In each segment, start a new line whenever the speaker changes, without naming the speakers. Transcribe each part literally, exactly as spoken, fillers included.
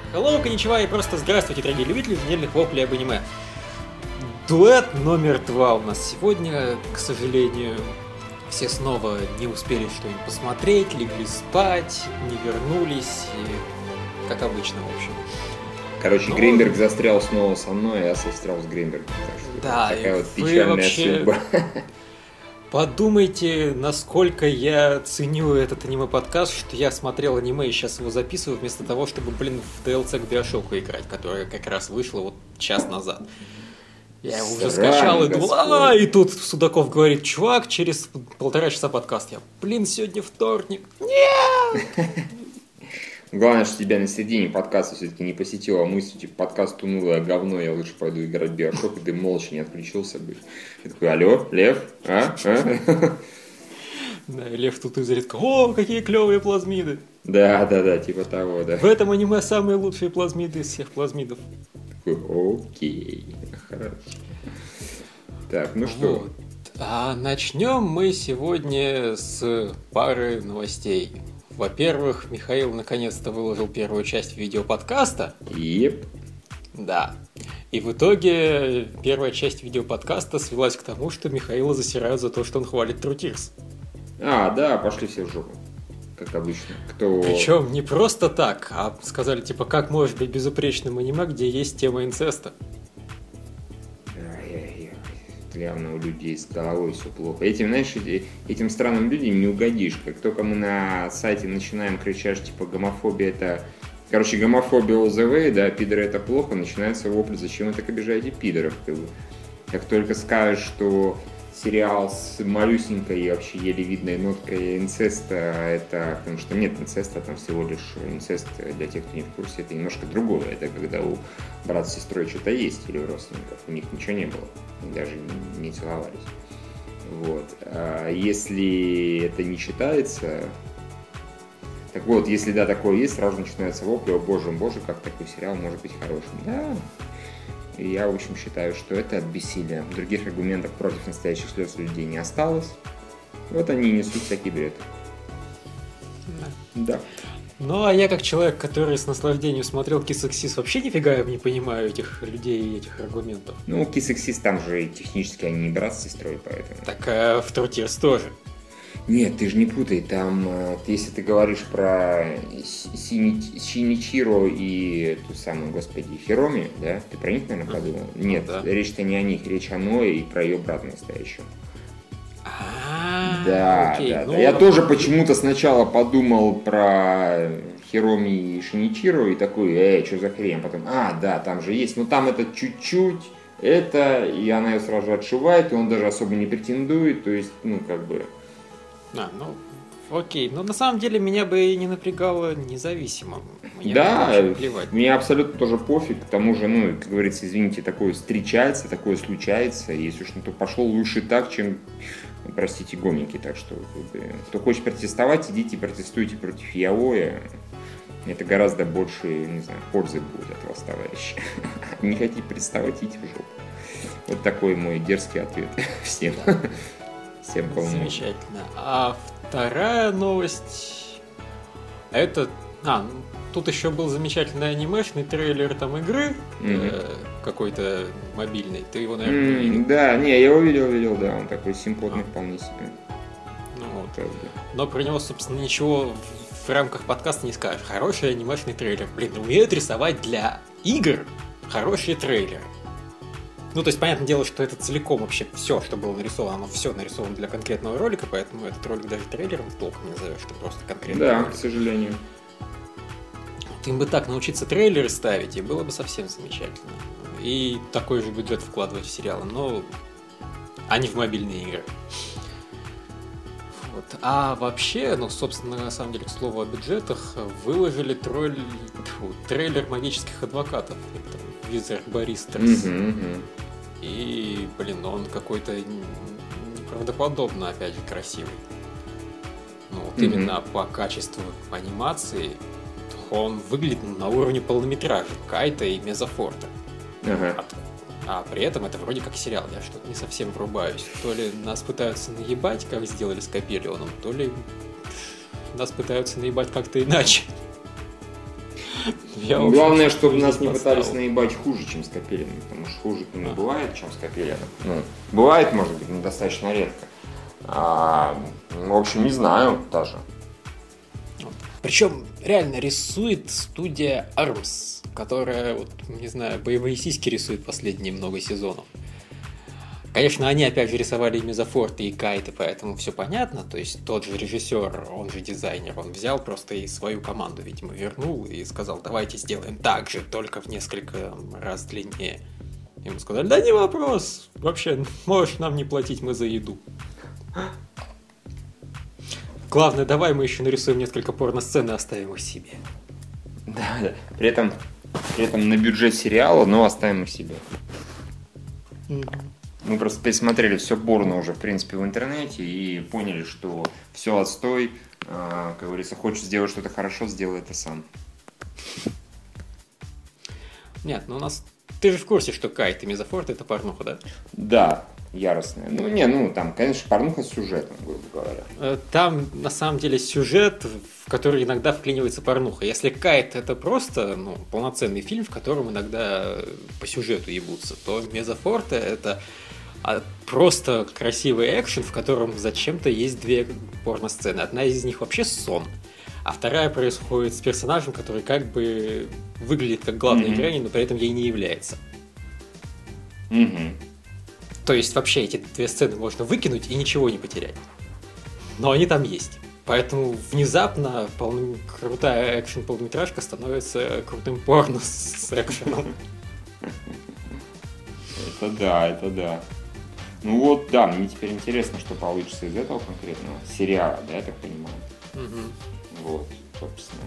Hello, коничева и просто здравствуйте, дорогие любители еженедельных воплей об аниме. Дуэт номер два у нас сегодня, к сожалению, все снова не успели что-нибудь посмотреть, легли спать, не вернулись, и... как обычно, в общем.
Короче, Но... Гринберг застрял снова со мной, а я застрял с Гринбергом.
Да,
такая вот
вы
печальная
вообще...
судьба.
Подумайте, насколько я ценю этот аниме-подкаст, что я смотрел аниме и сейчас его записываю, вместо того, чтобы, блин, в ди эл си к Биошоку играть, которая как раз вышла вот час назад. Я его уже скачал и думал, а и тут Судаков говорит, чувак, через полтора часа подкаст. Я, блин, сегодня вторник. Нет!
Главное, что тебя на середине подкаста все-таки не посетила мысль, типа, подкаст унылое говно, я лучше пойду играть в Биошок, и ты молча не отключился бы. Я такой, алло, Лев, а? а?
Да, и Лев тут изредка, о, какие клевые плазмиды.
Да, да, да, типа того, да.
В этом аниме самые лучшие плазмиды из всех плазмидов.
Такой, окей, хорошо. Так, ну что?
Вот. А начнем мы сегодня с пары новостей. Во-первых, Михаил наконец-то выложил первую часть видеоподкаста.
Еп.
Да. И в итоге первая часть видеоподкаста свелась к тому, что Михаила засирают за то, что он хвалит True Tears.
А, да, пошли все в жопу. Как обычно. Кто...
Причем не просто так, а сказали, типа, как может быть безупречным аниме, где есть тема инцеста.
Явно у людей с головой все плохо. Этим, знаешь, этим странным людям не угодишь. Как только мы на сайте начинаем кричать, типа, гомофобия это... Короче, гомофобия all the way, да, пидоры это плохо, начинается вопль, зачем вы так обижаете пидоров? Как, бы. Как только скажешь, что сериал с малюсенькой и вообще еле видной ноткой инцеста, это... Потому что нет инцеста, там всего лишь инцест, для тех, кто не в курсе, это немножко другое. Это когда у брата с сестрой что-то есть, или у родственников, у них ничего не было. Даже не целовались. Вот. А если это не считается... Так вот, если да, такое есть, сразу начинается вопли, о боже, боже, как такой сериал может быть хорошим. Да. И я, в общем, считаю, что это от бессилия. Других аргументов против настоящих слез у людей не осталось. Вот они несут всякий бред. Да. Да.
Ну, а я как человек, который с наслаждением смотрел Kiss Exis, вообще нифига не понимаю этих людей и этих аргументов.
Ну, Kiss Exis там же технически они не брат с сестрой, поэтому...
Так а в True Tears тоже.
Нет, ты же не путай, там, если ты говоришь про Шиничиро и ту самую, господи, Хироми, да, ты про них, наверное, подумал? Mm-hmm. Нет, ну, да. Речь-то не о них, речь о Ное и про ее брата настоящего.
А,
да,
окей,
да,
ну,
да. Я тоже почему-то сначала подумал про Хироми и Шиничиро и такой, эй, что за хрень? Потом, а, да, там же есть, но там это чуть-чуть, это, и она ее сразу отшивает, и он даже особо не претендует, то есть, ну, как бы...
А, ну, окей, но на самом деле меня бы и не напрягало независимо. Мне
да, мне абсолютно тоже пофиг, к тому же, ну, как говорится, извините, такое встречается, такое случается, и если уж на то пошло, лучше так, чем... Простите, гомики, так что кто хочет протестовать, идите протестуйте против яоя. Это гораздо больше, не знаю, пользы будет от вас, товарищи. Не хотите протестовать, идите в жопу. Вот такой мой дерзкий ответ всем. Всем, кому
замечательно. А вторая новость, это... А, тут еще был замечательный анимешный трейлер там игры, mm-hmm. э, какой-то мобильный. Ты его, наверное,
mm-hmm. видел? Да, не, я его видел, видел, да, он такой симпотный а. вполне себе.
Ну вот. Так, да. Но про него, собственно, ничего в, в рамках подкаста не скажешь. Хороший анимешный трейлер. Блин, умеют рисовать для игр хорошие трейлеры. Ну, то есть, понятное дело, что это целиком вообще все, что было нарисовано, оно все нарисовано для конкретного ролика, поэтому этот ролик даже трейлером толком не назовешь, что просто конкретный
да,
ролик.
Да, к сожалению.
Им бы так научиться трейлеры ставить, и было бы совсем замечательно. И такой же бюджет вкладывать в сериалы, но а не в мобильные игры. Вот. А вообще, ну, собственно, на самом деле, к слову о бюджетах, выложили тролль... Фу, трейлер магических адвокатов. Это Wizard Barristers.
Mm-hmm, mm-hmm.
И, блин, он какой-то неправдоподобно, опять же, красивый. Ну, вот mm-hmm. именно по качеству анимации он выглядит на уровне полнометража Кайта и Мезофорта.
Uh-huh.
А при этом это вроде как сериал, я что-то не совсем врубаюсь. То ли нас пытаются наебать, как сделали с Капеллионом, то ли нас пытаются наебать как-то иначе. Я,
Ну, главное,
общем,
чтобы нас
здесь
не пытались
поставил.
наебать хуже, чем с Капелиным, потому что хуже не
А.
бывает, чем с Капелиным. Ну, бывает, может быть, но достаточно редко. А, в общем, не знаю даже.
Причем реально рисует студия Arms, которая, вот, не знаю, боевые сиськи рисует последние много сезонов. Конечно, они опять же рисовали и Мезофорт, и Кайты, поэтому все понятно. То есть тот же режиссер, он же дизайнер, он взял просто и свою команду, видимо, вернул и сказал, давайте сделаем так же, только в несколько раз длиннее. Ему сказали, да не вопрос, вообще можешь нам не платить, мы за еду. Главное, давай мы еще нарисуем несколько порно-сцен и оставим их себе.
Да, да. При этом, при этом на бюджет сериала, но оставим их себе. Мы просто пересмотрели все порно уже, в принципе, в интернете и поняли, что все отстой. А, как говорится, хочешь сделать что-то хорошо, сделай это сам.
Нет, ну у нас... Ты же в курсе, что Кайт и Мезофорт это порнуха, да?
Да, яростная. Ну, не, ну, там, конечно, порнуха с сюжетом, грубо говоря.
Э, Там, на самом деле, сюжет, в который иногда вклинивается порнуха. Если Кайт это просто ну, полноценный фильм, в котором иногда по сюжету ебутся, то Мезофорте это а, просто красивый экшен, в котором зачем-то есть две порно-сцены. Одна из них вообще сон, а вторая происходит с персонажем, который как бы выглядит как главная
Мгм.
героиня, но при этом ей не является.
Угу.
То есть вообще эти две сцены можно выкинуть и ничего не потерять. Но они там есть. Поэтому внезапно полно... крутая экшен-полнометражка становится крутым порно с экшеном.
Это да, это да. Ну вот, да, мне теперь интересно, что получится из этого конкретного сериала, да, я так понимаю.
Мгм.
Вот, собственно.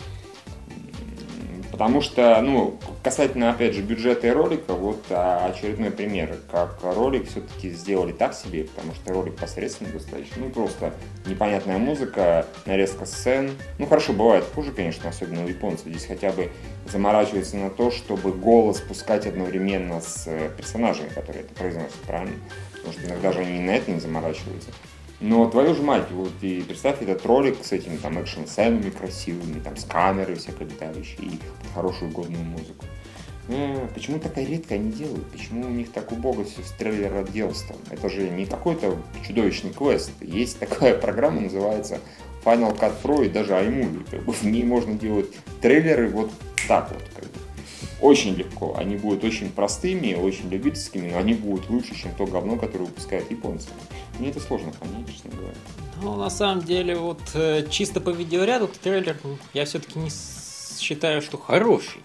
Потому что, ну, касательно, опять же, бюджета и ролика, вот а, очередной пример, как ролик все-таки сделали так себе, потому что ролик посредственный достаточно, ну, просто непонятная музыка, нарезка сцен. Ну, хорошо, бывает хуже, конечно, особенно у японцев. Здесь хотя бы заморачиваются на то, чтобы голос пускать одновременно с персонажами, которые это произносят, правильно? Потому что иногда же они на это не заморачиваются. Но твою же мать, вот и представь этот ролик с этими там экшн-сценами красивыми, там с камерой всякой летающей и под хорошую годную музыку. Э, почему такая редко они делают? Почему у них так убого все с трейлера делается? Это же не какой-то чудовищный квест. Есть такая программа, называется Final Cut Pro и даже iMovie. Как бы в ней можно делать трейлеры вот так вот. Как бы. Очень легко. Они будут очень простыми, очень любительскими, но они будут лучше, чем то говно, которое выпускают японцы. Мне это сложно понять, честно говоря.
Ну, на самом деле, вот э, чисто по видеоряду трейлер я все-таки не с- считаю, что хороший.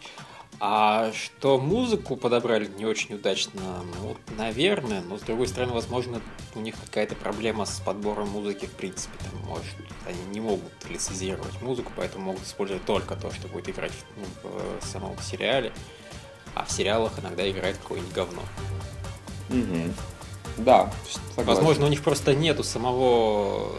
А что музыку подобрали не очень удачно, ну, вот, наверное, но с другой стороны, возможно, у них какая-то проблема с подбором музыки в принципе. Там, может, они не могут лицензировать музыку, поэтому могут использовать только то, что будет играть ну, в самом сериале. А в сериалах иногда играет какое-нибудь говно.
Угу. Да, согласен.
Возможно, у них просто нету самого,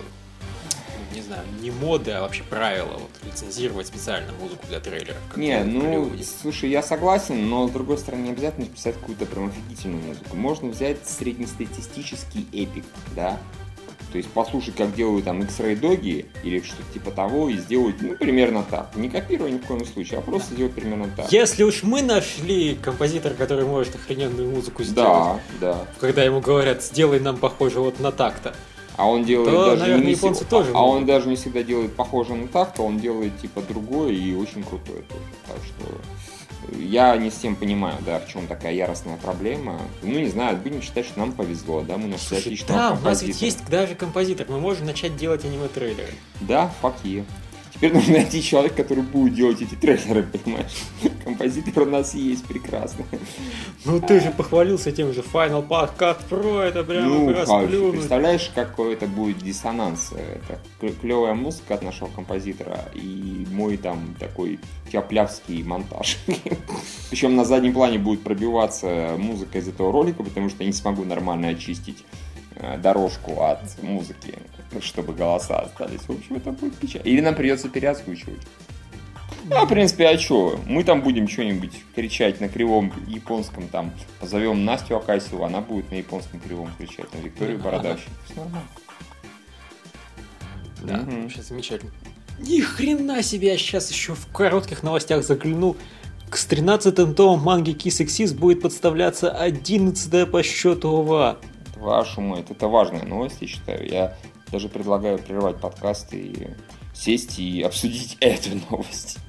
не знаю, не моды, а вообще правила вот, лицензировать специально музыку для трейлера. как
Не,
делают
ну,
люди.
слушай, я согласен, но с другой стороны не обязательно писать какую-то прям офигительную музыку. Можно взять среднестатистический эпик, да? То есть послушать, как делают там X-Ray Doggy или что-то типа того, и сделать, ну, примерно так. Не копируя ни в коем случае, а просто сделать примерно так.
Если уж мы нашли композитора, который может охрененную музыку сделать,
Да, да.
когда ему говорят, сделай нам похоже вот на так-то.
А он делает
То,
даже
наверное,
не
японцы
всегда-
тоже
а он
могут.
даже не всегда делает похоже на так, то он делает типа другое и очень крутое тоже. Так что я не всем понимаю, да, в чем такая яростная проблема. Ну, не знаю, будем считать, что нам повезло, да, мы нашли
Слушай,
отличного
да, у нас
композитора.
ведь есть даже композитор, мы можем начать делать аниме-трейлеры.
Да, факи. Теперь нужно найти человека, который будет делать эти трейлеры, понимаешь? Композитор у нас есть, прекрасно.
Ну ты же похвалился тем же Final Cut Pro, это прямо
Ну,
расплюнуть.
хорошо. Представляешь, какой это будет диссонанс? Это клевая музыка от нашего композитора и мой там такой тяплявский монтаж. Причем на заднем плане будет пробиваться музыка из этого ролика, потому что я не смогу нормально очистить дорожку от музыки, чтобы голоса остались. В общем, это будет печально. Или нам придется переозвучивать. Ну, в принципе, а что? Мы там будем что-нибудь кричать на кривом японском, там, позовем Настю Акасеву, она будет на японском кривом кричать, на Викторию
Ага.
Бородавщик. Все нормально.
Да,
Мгм.
вообще замечательно. Ни хрена себе, я сейчас еще в коротких новостях заглянул. С тринадцатым томом манги Kiss Exist будет подставляться одиннадцатая по счету ОВА.
Вашу мать, это важная новость, я считаю. Я даже предлагаю прервать подкаст и сесть и обсудить эту новость.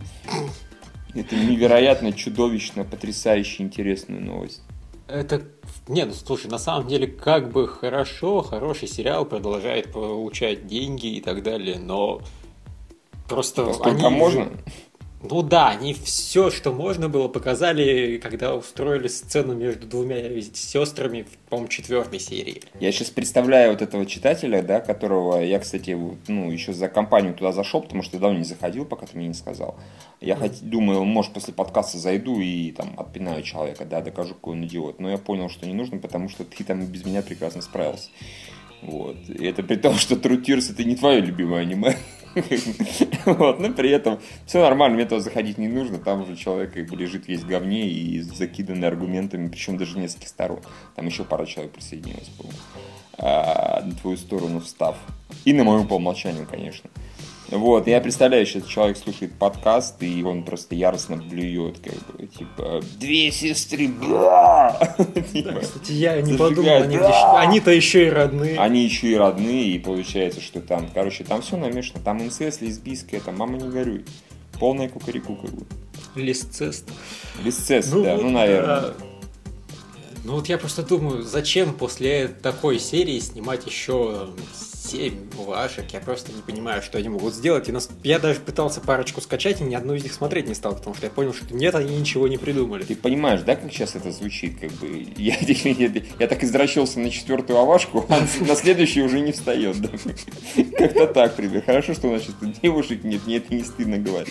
Это невероятно, чудовищно, потрясающе интересную новость.
Это... Не, ну слушай, на самом деле, как бы хорошо, хороший сериал продолжает получать деньги и так далее, но просто...
Сколько
они...
можно?
Ну да, они все, что можно было, показали, когда устроили сцену между двумя сестрами в, по-моему, четвертой серии.
Я сейчас представляю вот этого читателя, да, которого я, кстати, ну, еще за компанию туда зашел, потому что давно не заходил, пока ты мне не сказал. Я mm-hmm. хоть, думаю, может, после подкаста зайду и там отпинаю человека, да, докажу, какой он идиот. Но я понял, что не нужно, потому что ты там без меня прекрасно справился. Вот. И это при том, что True Tears это не твое любимое аниме. Вот, но при этом все нормально, мне туда заходить не нужно, там уже человек как бы лежит весь в говне и закиданный аргументами, причем даже нескольких сторон. Там еще пара человек присоединилась, по-моему, а, на твою сторону встав. И на мою по умолчанию, конечно. Вот, я представляю, что этот человек слушает подкаст, и он просто яростно блюет, как бы, типа, две сестры, бля!
Да, кстати, я не подумал, они, они-то еще и родные.
Они еще и родные, и получается, что там, короче, там все намешано, там инцест, лесбийская, там мама не горюй. Полная кукареку, как бы.
Лесцест.
Лесцест, ну, да, вот, ну, наверное. Да.
Ну вот я просто думаю, зачем после такой серии снимать еще семь вашек? Я просто не понимаю, что они могут сделать. И нас... Я даже пытался парочку скачать, и ни одну из них смотреть не стал, потому что я понял, что нет, они ничего не придумали.
Ты понимаешь, да, как сейчас это звучит? Как бы я, я, я так извращался на четвертую авашку, а на следующую уже не встает. Да? Как-то так, ребят. Хорошо, что у нас сейчас девушек нет, мне это не стыдно говорить.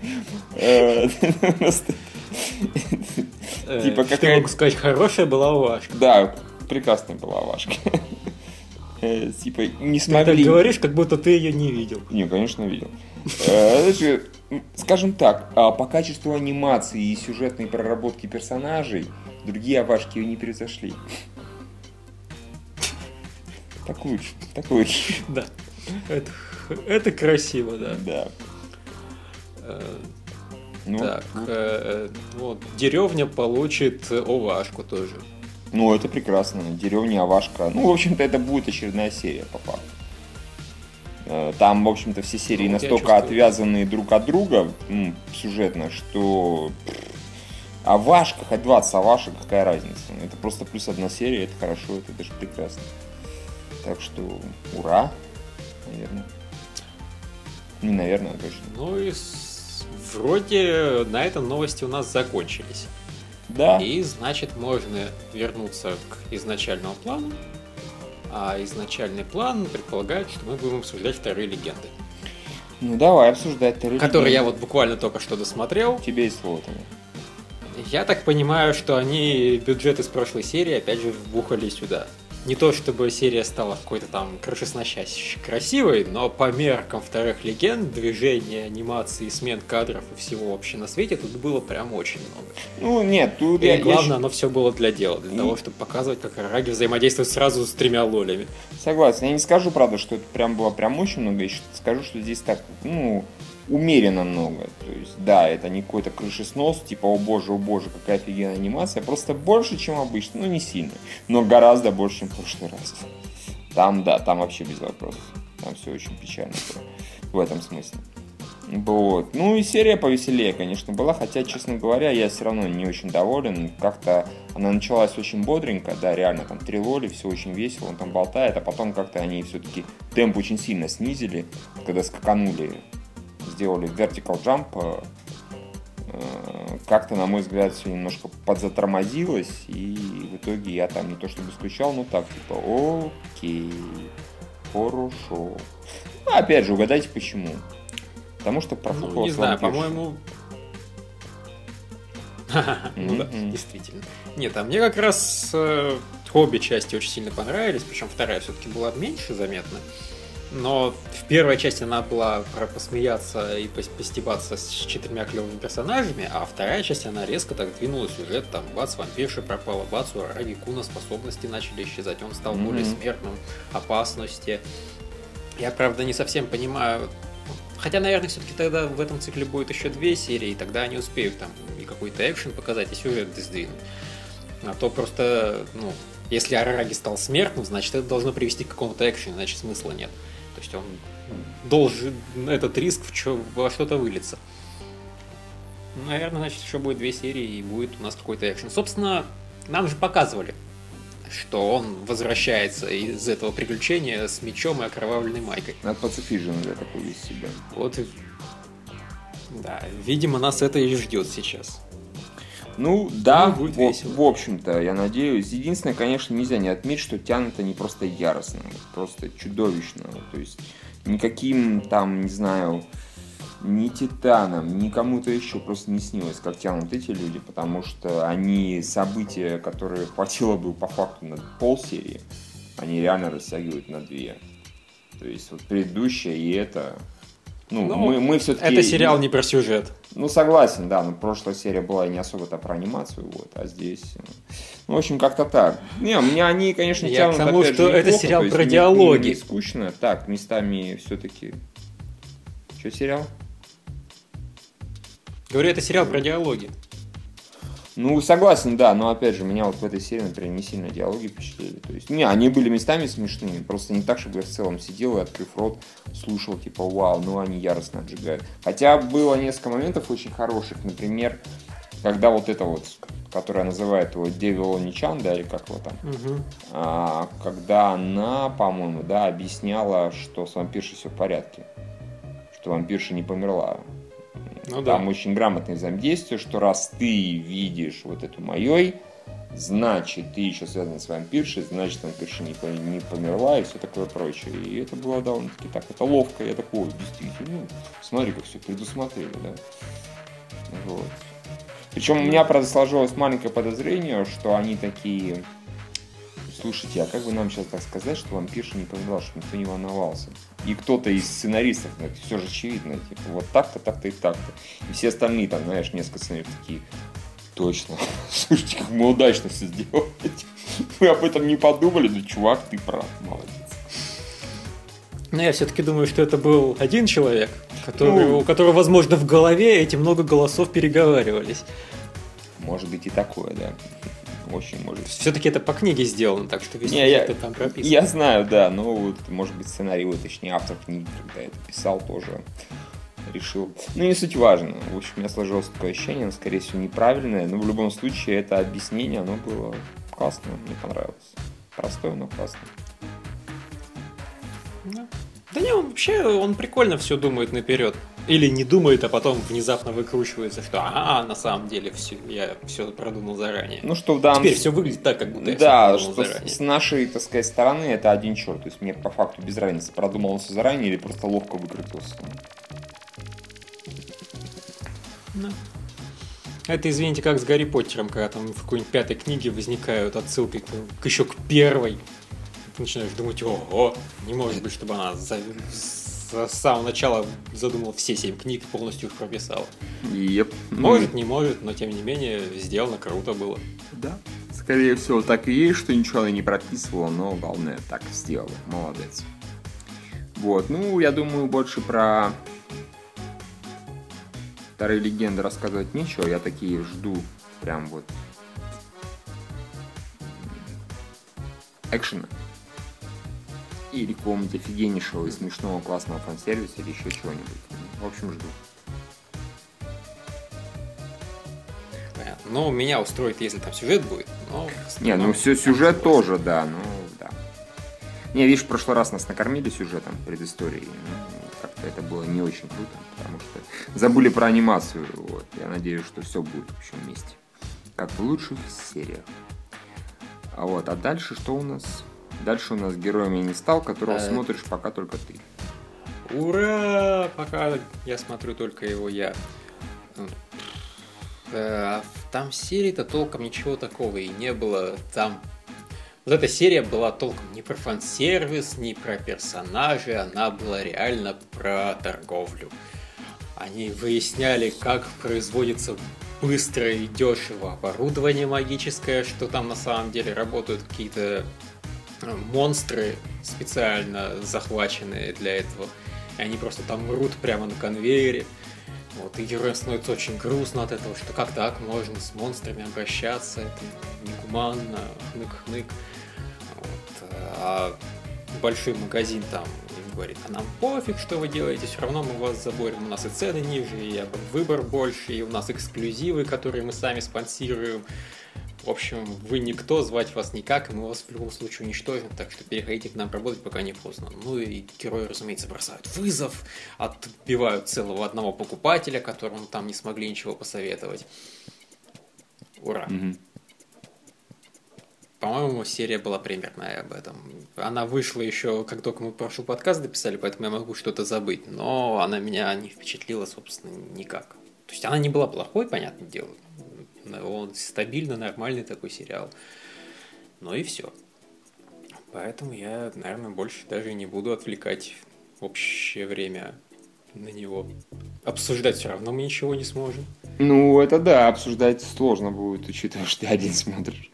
Типа какая... Ты мог сказать, хорошая была Вашка.
Да, прекрасная была Вашка. Типа не смогли...
Ты так говоришь, как будто ты ее не видел.
Не, конечно, видел. Скажем так, по качеству анимации и сюжетной проработки персонажей другие Авашки ее не превзошли. Так лучше, так лучше.
Да, это, это красиво, да.
Да.
Ну, так, ну. Э, вот, деревня получит овашку тоже.
Ну, это прекрасно. Деревня, овашка. Ну, в общем-то, это будет очередная серия, по факту. Там, в общем-то, все серии ну, настолько отвязаны друг от друга м, сюжетно, что овашка, хоть двадцать овашек, какая разница. Это просто плюс одна серия, это хорошо, это даже прекрасно. Так что, ура, наверное. Не, наверное, точно.
Ну и вроде на этом новости у нас закончились.
Да.
И значит можно вернуться к изначальному плану. А изначальный план предполагает, что мы будем обсуждать вторые легенды.
Ну давай обсуждать вторые легенды.
Которые я вот буквально только что досмотрел.
Тебе и слово.
Я так понимаю, что они бюджет из прошлой серии опять же вбухали сюда. Не то чтобы серия стала какой-то там крышесносящей красивой, но по меркам вторых легенд, движения, анимации, смен кадров и всего вообще на свете тут было прям очень много.
Ну нет, тут...
И
я,
главное,
я...
оно все было для дела, для и... того, чтобы показывать, как Араги взаимодействует сразу с тремя лолями.
Согласен. Я не скажу, правда, что это прям было прям очень много, я скажу, что здесь так, ну... умеренно много. То есть, да, это не какой-то крышеснос, типа, о боже, о боже, какая офигенная анимация. Просто больше, чем обычно. Ну, не сильно. Но гораздо больше, чем в прошлый раз. Там, да, там вообще без вопросов. Там все очень печально было. В этом смысле. Вот. Ну, и серия повеселее, конечно, была. Хотя, честно говоря, я все равно не очень доволен. Как-то она началась очень бодренько. Да, реально, там три лоли, все очень весело. Он там болтает. А потом как-то они все-таки темп очень сильно снизили. Когда скаканули, сделали vertical jump, как-то, на мой взгляд, все немножко подзатормозилось, и в итоге я там не то чтобы скучал, но так, типа, окей, хорошо. Ну, опять же, угадайте почему. Потому что профукал.
Ну, не знаю, по-моему... Ну да, действительно. Нет, а мне как раз обе части очень сильно понравились, причем вторая все-таки была меньше заметна. Но в первой части она была про посмеяться и постебаться с четырьмя клевыми персонажами, а вторая часть она резко так двинула сюжет, там бац, вампирша пропала, бац, у Араги Куна способности начали исчезать, он стал более смертным, опасности. Я, правда, не совсем понимаю, Хотя, наверное, все-таки тогда в этом цикле будет еще две серии, и тогда они успеют там и какой-то экшен показать, и сюжет сдвинуть. А то просто, ну, если Арараги стал смертным, значит, это должно привести к какому-то экшену, иначе смысла нет. То есть он должен этот риск в чё, во что-то вылиться. Наверное, значит, еще будет две серии, и будет у нас какой-то экшен. Собственно, нам же показывали, что он возвращается из этого приключения с мечом и окровавленной майкой.
Надо пацифижен для такой из себя.
Вот, да, видимо, нас это и ждет сейчас.
Ну, да,
ну, будет
в,
весело.
в общем-то, я надеюсь. Единственное, конечно, нельзя не отметить, что тянут они просто яростно, просто чудовищно. То есть никаким там, не знаю, ни Титаном, ни кому-то еще просто не снилось, как тянут эти люди, потому что они события, которые хватило бы по факту на полсерии, они реально растягивают на две. То есть вот предыдущая и это... Ну,
ну
мы, мы все-таки...
Это сериал не про сюжет.
Ну, согласен, да, но прошлая серия была не особо-то про анимацию, вот, а здесь... Ну, в общем, как-то так. Не, у меня они, конечно,
Я
тянут,
к тому,
опять
что
же,
это
неплохо,
сериал
то есть
про
не-
диалоги.
Не, не скучно. Так, местами все-таки... Что сериал?
Говорю, это сериал про диалоги.
Ну, согласен, да, но опять же, меня вот в этой серии, например, не сильно диалоги впечатлили. То есть, не, они были местами смешными, просто не так, чтобы я в целом сидел и, открыв рот, слушал, типа, вау, ну они яростно отжигают. Хотя было несколько моментов очень хороших, например, когда вот это вот, которая называет его Devil Oni-chan, да, или как его там,
Угу.
а, когда она, по-моему, да, объясняла, что с вампиршей все в порядке, что вампирша не померла.
Ну да.
Там очень грамотное взаимодействие, что раз ты видишь вот эту моей, значит, ты еще связан с вампиршей, значит, вампирша не, по- не померла и все такое прочее. И это было довольно-таки так, это ловко. Я такой, действительно, ну, смотри, как все предусмотрели, да. Вот. Причем у меня, правда, сложилось маленькое подозрение, что они такие... Слушайте, а как бы нам сейчас так сказать, что вампирша не померла, чтобы никто не волновался? И кто-то из сценаристов, ну, это все же очевидно, типа, вот так-то, так-то и так-то. И все остальные, там, знаешь, несколько сценаристов такие, точно, слушайте, как мы удачно все сделали. Мы об этом не подумали, да, чувак, ты прав, молодец.
Но я все-таки думаю, что это был один человек, который,
Ну.
у которого, возможно, в голове эти много голосов переговаривались.
Может быть и такое, да. Очень может.
Все-таки это по книге сделано, так что весь
Не, я,
это там прописан.
я знаю, да, но вот, может быть, сценарий, вот, точнее, автор книги, когда это писал, тоже решил. Ну, не суть важно. В общем, у меня сложилось такое ощущение, оно, скорее всего, неправильное, но в любом случае это объяснение, оно было классно, мне понравилось. Простое, но классно.
Да. Да не, он вообще, он прикольно все думает наперед. Или не думает, а потом внезапно выкручивается, что а, на самом деле все, я все продумал заранее.
Ну, что в данном...
Теперь все выглядит так, как будто я
Да,
все
что
продумал
с,
заранее.
с нашей, так сказать, стороны это один черт. То есть мне по факту без разницы, продумал он все заранее или просто ловко выкрутился.
Да. Это, извините, как с Гарри Поттером, когда там в какой-нибудь пятой книге возникают отсылки к, к еще к первой. Ты начинаешь думать, ого, не может быть, чтобы она за, с самого начала задумала все семь книг и полностью их прописала.
Еп.
Может, не может, но тем не менее сделано круто было.
Да. Скорее всего, так и есть, что ничего она не прописывала, но главное, так сделала. Молодец. Вот, ну, я думаю, больше про Вторые легенды рассказывать нечего. Я такие жду прям вот экшена. Или какого-нибудь офигеннейшего и смешного классного фан-сервиса, или еще чего-нибудь. В общем, жду.
Понятно. Ну, меня устроит, если там сюжет будет. Но
Не, ну все, сюжет тоже, да, ну да. Не, видишь, в прошлый раз нас накормили сюжетом предысторией. Ну, как-то это было не очень круто, потому что забыли про анимацию. Вот. Я надеюсь, что все будет в общем месте. Как в лучших сериях. А вот, а дальше что у нас? Дальше у нас героем я не стал, которого
А...
смотришь пока только ты.
Ура! Пока я смотрю только его я. Там в серии-то толком ничего такого и не было. Там вот эта серия была толком не про фан-сервис, не про персонажей, она была реально про торговлю. Они выясняли, как производится быстро и дешево оборудование магическое, что там на самом деле работают какие-то монстры, специально захваченные для этого. и они просто там мрут прямо на конвейере. Вот, и героям становится очень грустно от этого, что как так можно с монстрами обращаться, это негуманно, хнык-хнык. Вот, а большой магазин там им говорит, а нам пофиг, что вы делаете, все равно мы вас заборем, у нас и цены ниже, и выбор больше, и у нас эксклюзивы, которые мы сами спонсируем. В общем, вы никто, звать вас никак, и мы вас в любом случае уничтожим, так что переходите к нам работать, пока не поздно. Ну и герои, разумеется, бросают вызов, отбивают целого одного покупателя, которому там не смогли ничего посоветовать. Ура! Mm-hmm. По-моему, серия была примерно об этом. Она вышла еще, как только мы прошлый подкаст дописали, поэтому я могу что-то забыть, но она меня не впечатлила, собственно, никак. То есть она не была плохой, понятное дело. Он стабильно, нормальный такой сериал. Ну и все. Поэтому я, наверное, больше даже не буду отвлекать общее время на него. Обсуждать все равно мы ничего не сможем.
Ну, это да, обсуждать сложно будет, учитывая, что ты один смотришь.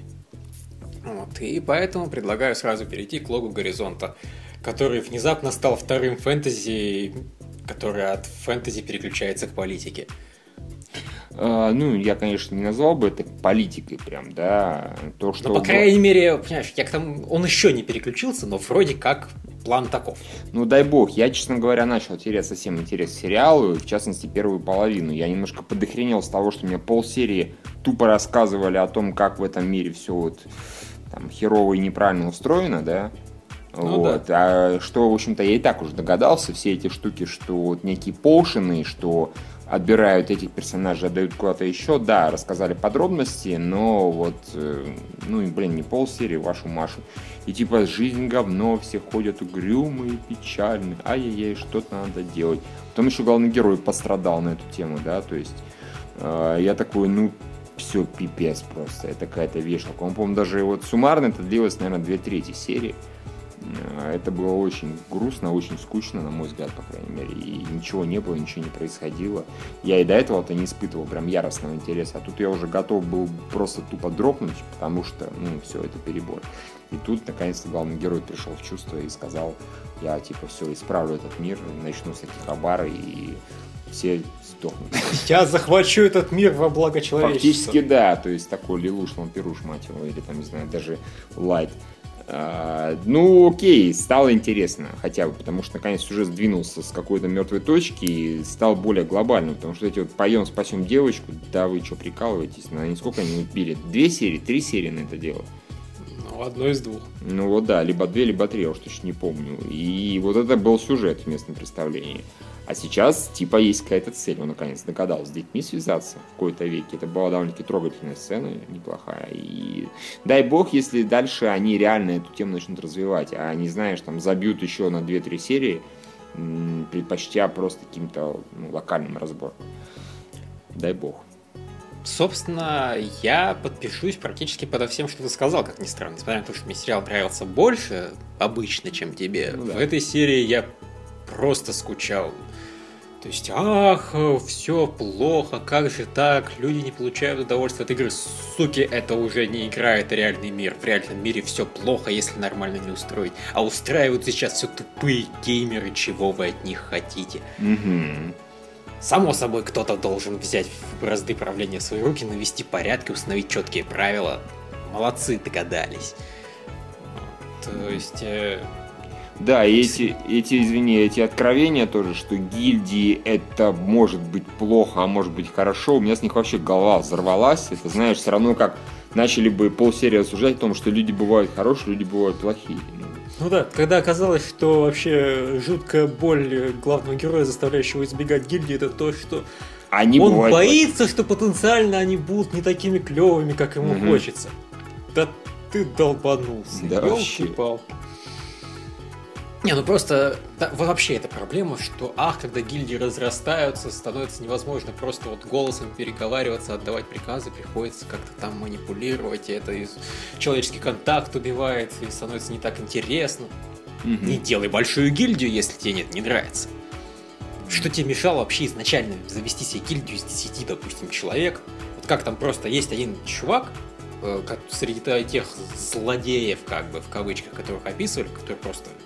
Вот, и поэтому предлагаю сразу перейти к Логу Горизонта, который внезапно стал вторым фэнтези, который от фэнтези переключается к политике.
Uh, ну, я, конечно, не назвал бы это политикой прям, да. То, что...
Но, по крайней мере, понимаешь, я к тому... он еще не переключился, но вроде как план таков.
Ну, дай бог. Я, честно говоря, начал терять совсем интерес к сериалу, в частности, первую половину. Я немножко подохренел с того, что мне полсерии тупо рассказывали о том, как в этом мире все вот там херово и неправильно устроено, да. Ну, вот. Да. А что, в общем-то, я и так уже догадался, все эти штуки, что вот некие поушены, что отбирают этих персонажей, отдают куда-то еще, да, рассказали подробности, но вот, ну, блин, не полсерии, вашу Машу. И типа жизнь говно, все ходят угрюмые, печальные, ай-яй-яй, что-то надо делать. Потом еще главный герой пострадал на эту тему, да, то есть э, я такой, ну, все, пипец просто, это какая-то вешалка. Он, по-моему, даже вот суммарно это длилось, наверное, две трети серии. Это было очень грустно, очень скучно, на мой взгляд, по крайней мере. И ничего не было, ничего не происходило. Я и до этого-то не испытывал прям яростного интереса. А тут я уже готов был просто тупо дропнуть, потому что, ну, все, это перебор. И тут, наконец-то, главный герой пришел в чувство и сказал, я, типа, все, исправлю этот мир, начну с Акихабары, и все сдохнут.
Я захвачу этот мир во благо человечества.
Фактически, да. То есть, такой Лилуш, Лампируш, мать его, или там, не знаю, даже Лайт. Uh, ну, окей, стало интересно, хотя бы, потому что, наконец, сюжет сдвинулся с какой-то мертвой точки и стал более глобальным, потому что эти вот поем, спасем девочку, да вы что, прикалываетесь, на сколько они убили? Две серии, три серии на это дело?
Ну, одно из двух.
Ну вот да, либо две, либо три, я уж точно не помню. И вот это был сюжет в местном представлении. А сейчас, типа, есть какая-то цель. Он, наконец, догадался с детьми связаться в какой-то веке. Это была довольно-таки трогательная сцена, неплохая. И дай бог, если дальше они реально эту тему начнут развивать, а не, знаешь, там, забьют еще на две-три серии, предпочтя просто каким-то, ну, локальным разбором. Дай бог.
Собственно, я подпишусь практически подо всем, что ты сказал, как ни странно. Несмотря на то, что мне сериал нравился больше обычно, чем тебе, ну, да. В этой серии я просто скучал. То есть, ах, все плохо, как же так, люди не получают удовольствия от игры. Суки, это уже не игра, это реальный мир. В реальном мире все плохо, если нормально не устроить. А устраивают сейчас все тупые геймеры, чего вы от них хотите.
Mm-hmm.
Само собой, кто-то должен взять бразды правления в свои руки, навести порядки, установить четкие правила. Молодцы, догадались. То есть... Э...
Да, и эти, эти, извини, эти откровения тоже, что гильдии это может быть плохо, а может быть хорошо, у меня с них вообще голова взорвалась. Это, знаешь, все равно как начали бы полсерии рассуждать о том, что люди бывают хорошие, люди бывают плохие.
Ну да, когда оказалось, что вообще жуткая боль главного героя, заставляющего избегать гильдии, это то, что
они
он
бывают...
боится, что потенциально они будут не такими клевыми, как ему угу. хочется. Да ты долбанулся,
да,
ёлки-палки. Не, ну просто, да, вообще эта проблема, что, ах, когда гильдии разрастаются, становится невозможно просто вот голосом переговариваться, отдавать приказы, приходится как-то там манипулировать, и это и человеческий контакт убивает, и становится не так интересно. Mm-hmm. Не делай большую гильдию, если тебе нет, не нравится. Что тебе мешало вообще изначально завести себе гильдию из десяти, допустим, человек? Вот как там просто есть один чувак, как среди тех злодеев, как бы, в кавычках, которых описывали, который просто...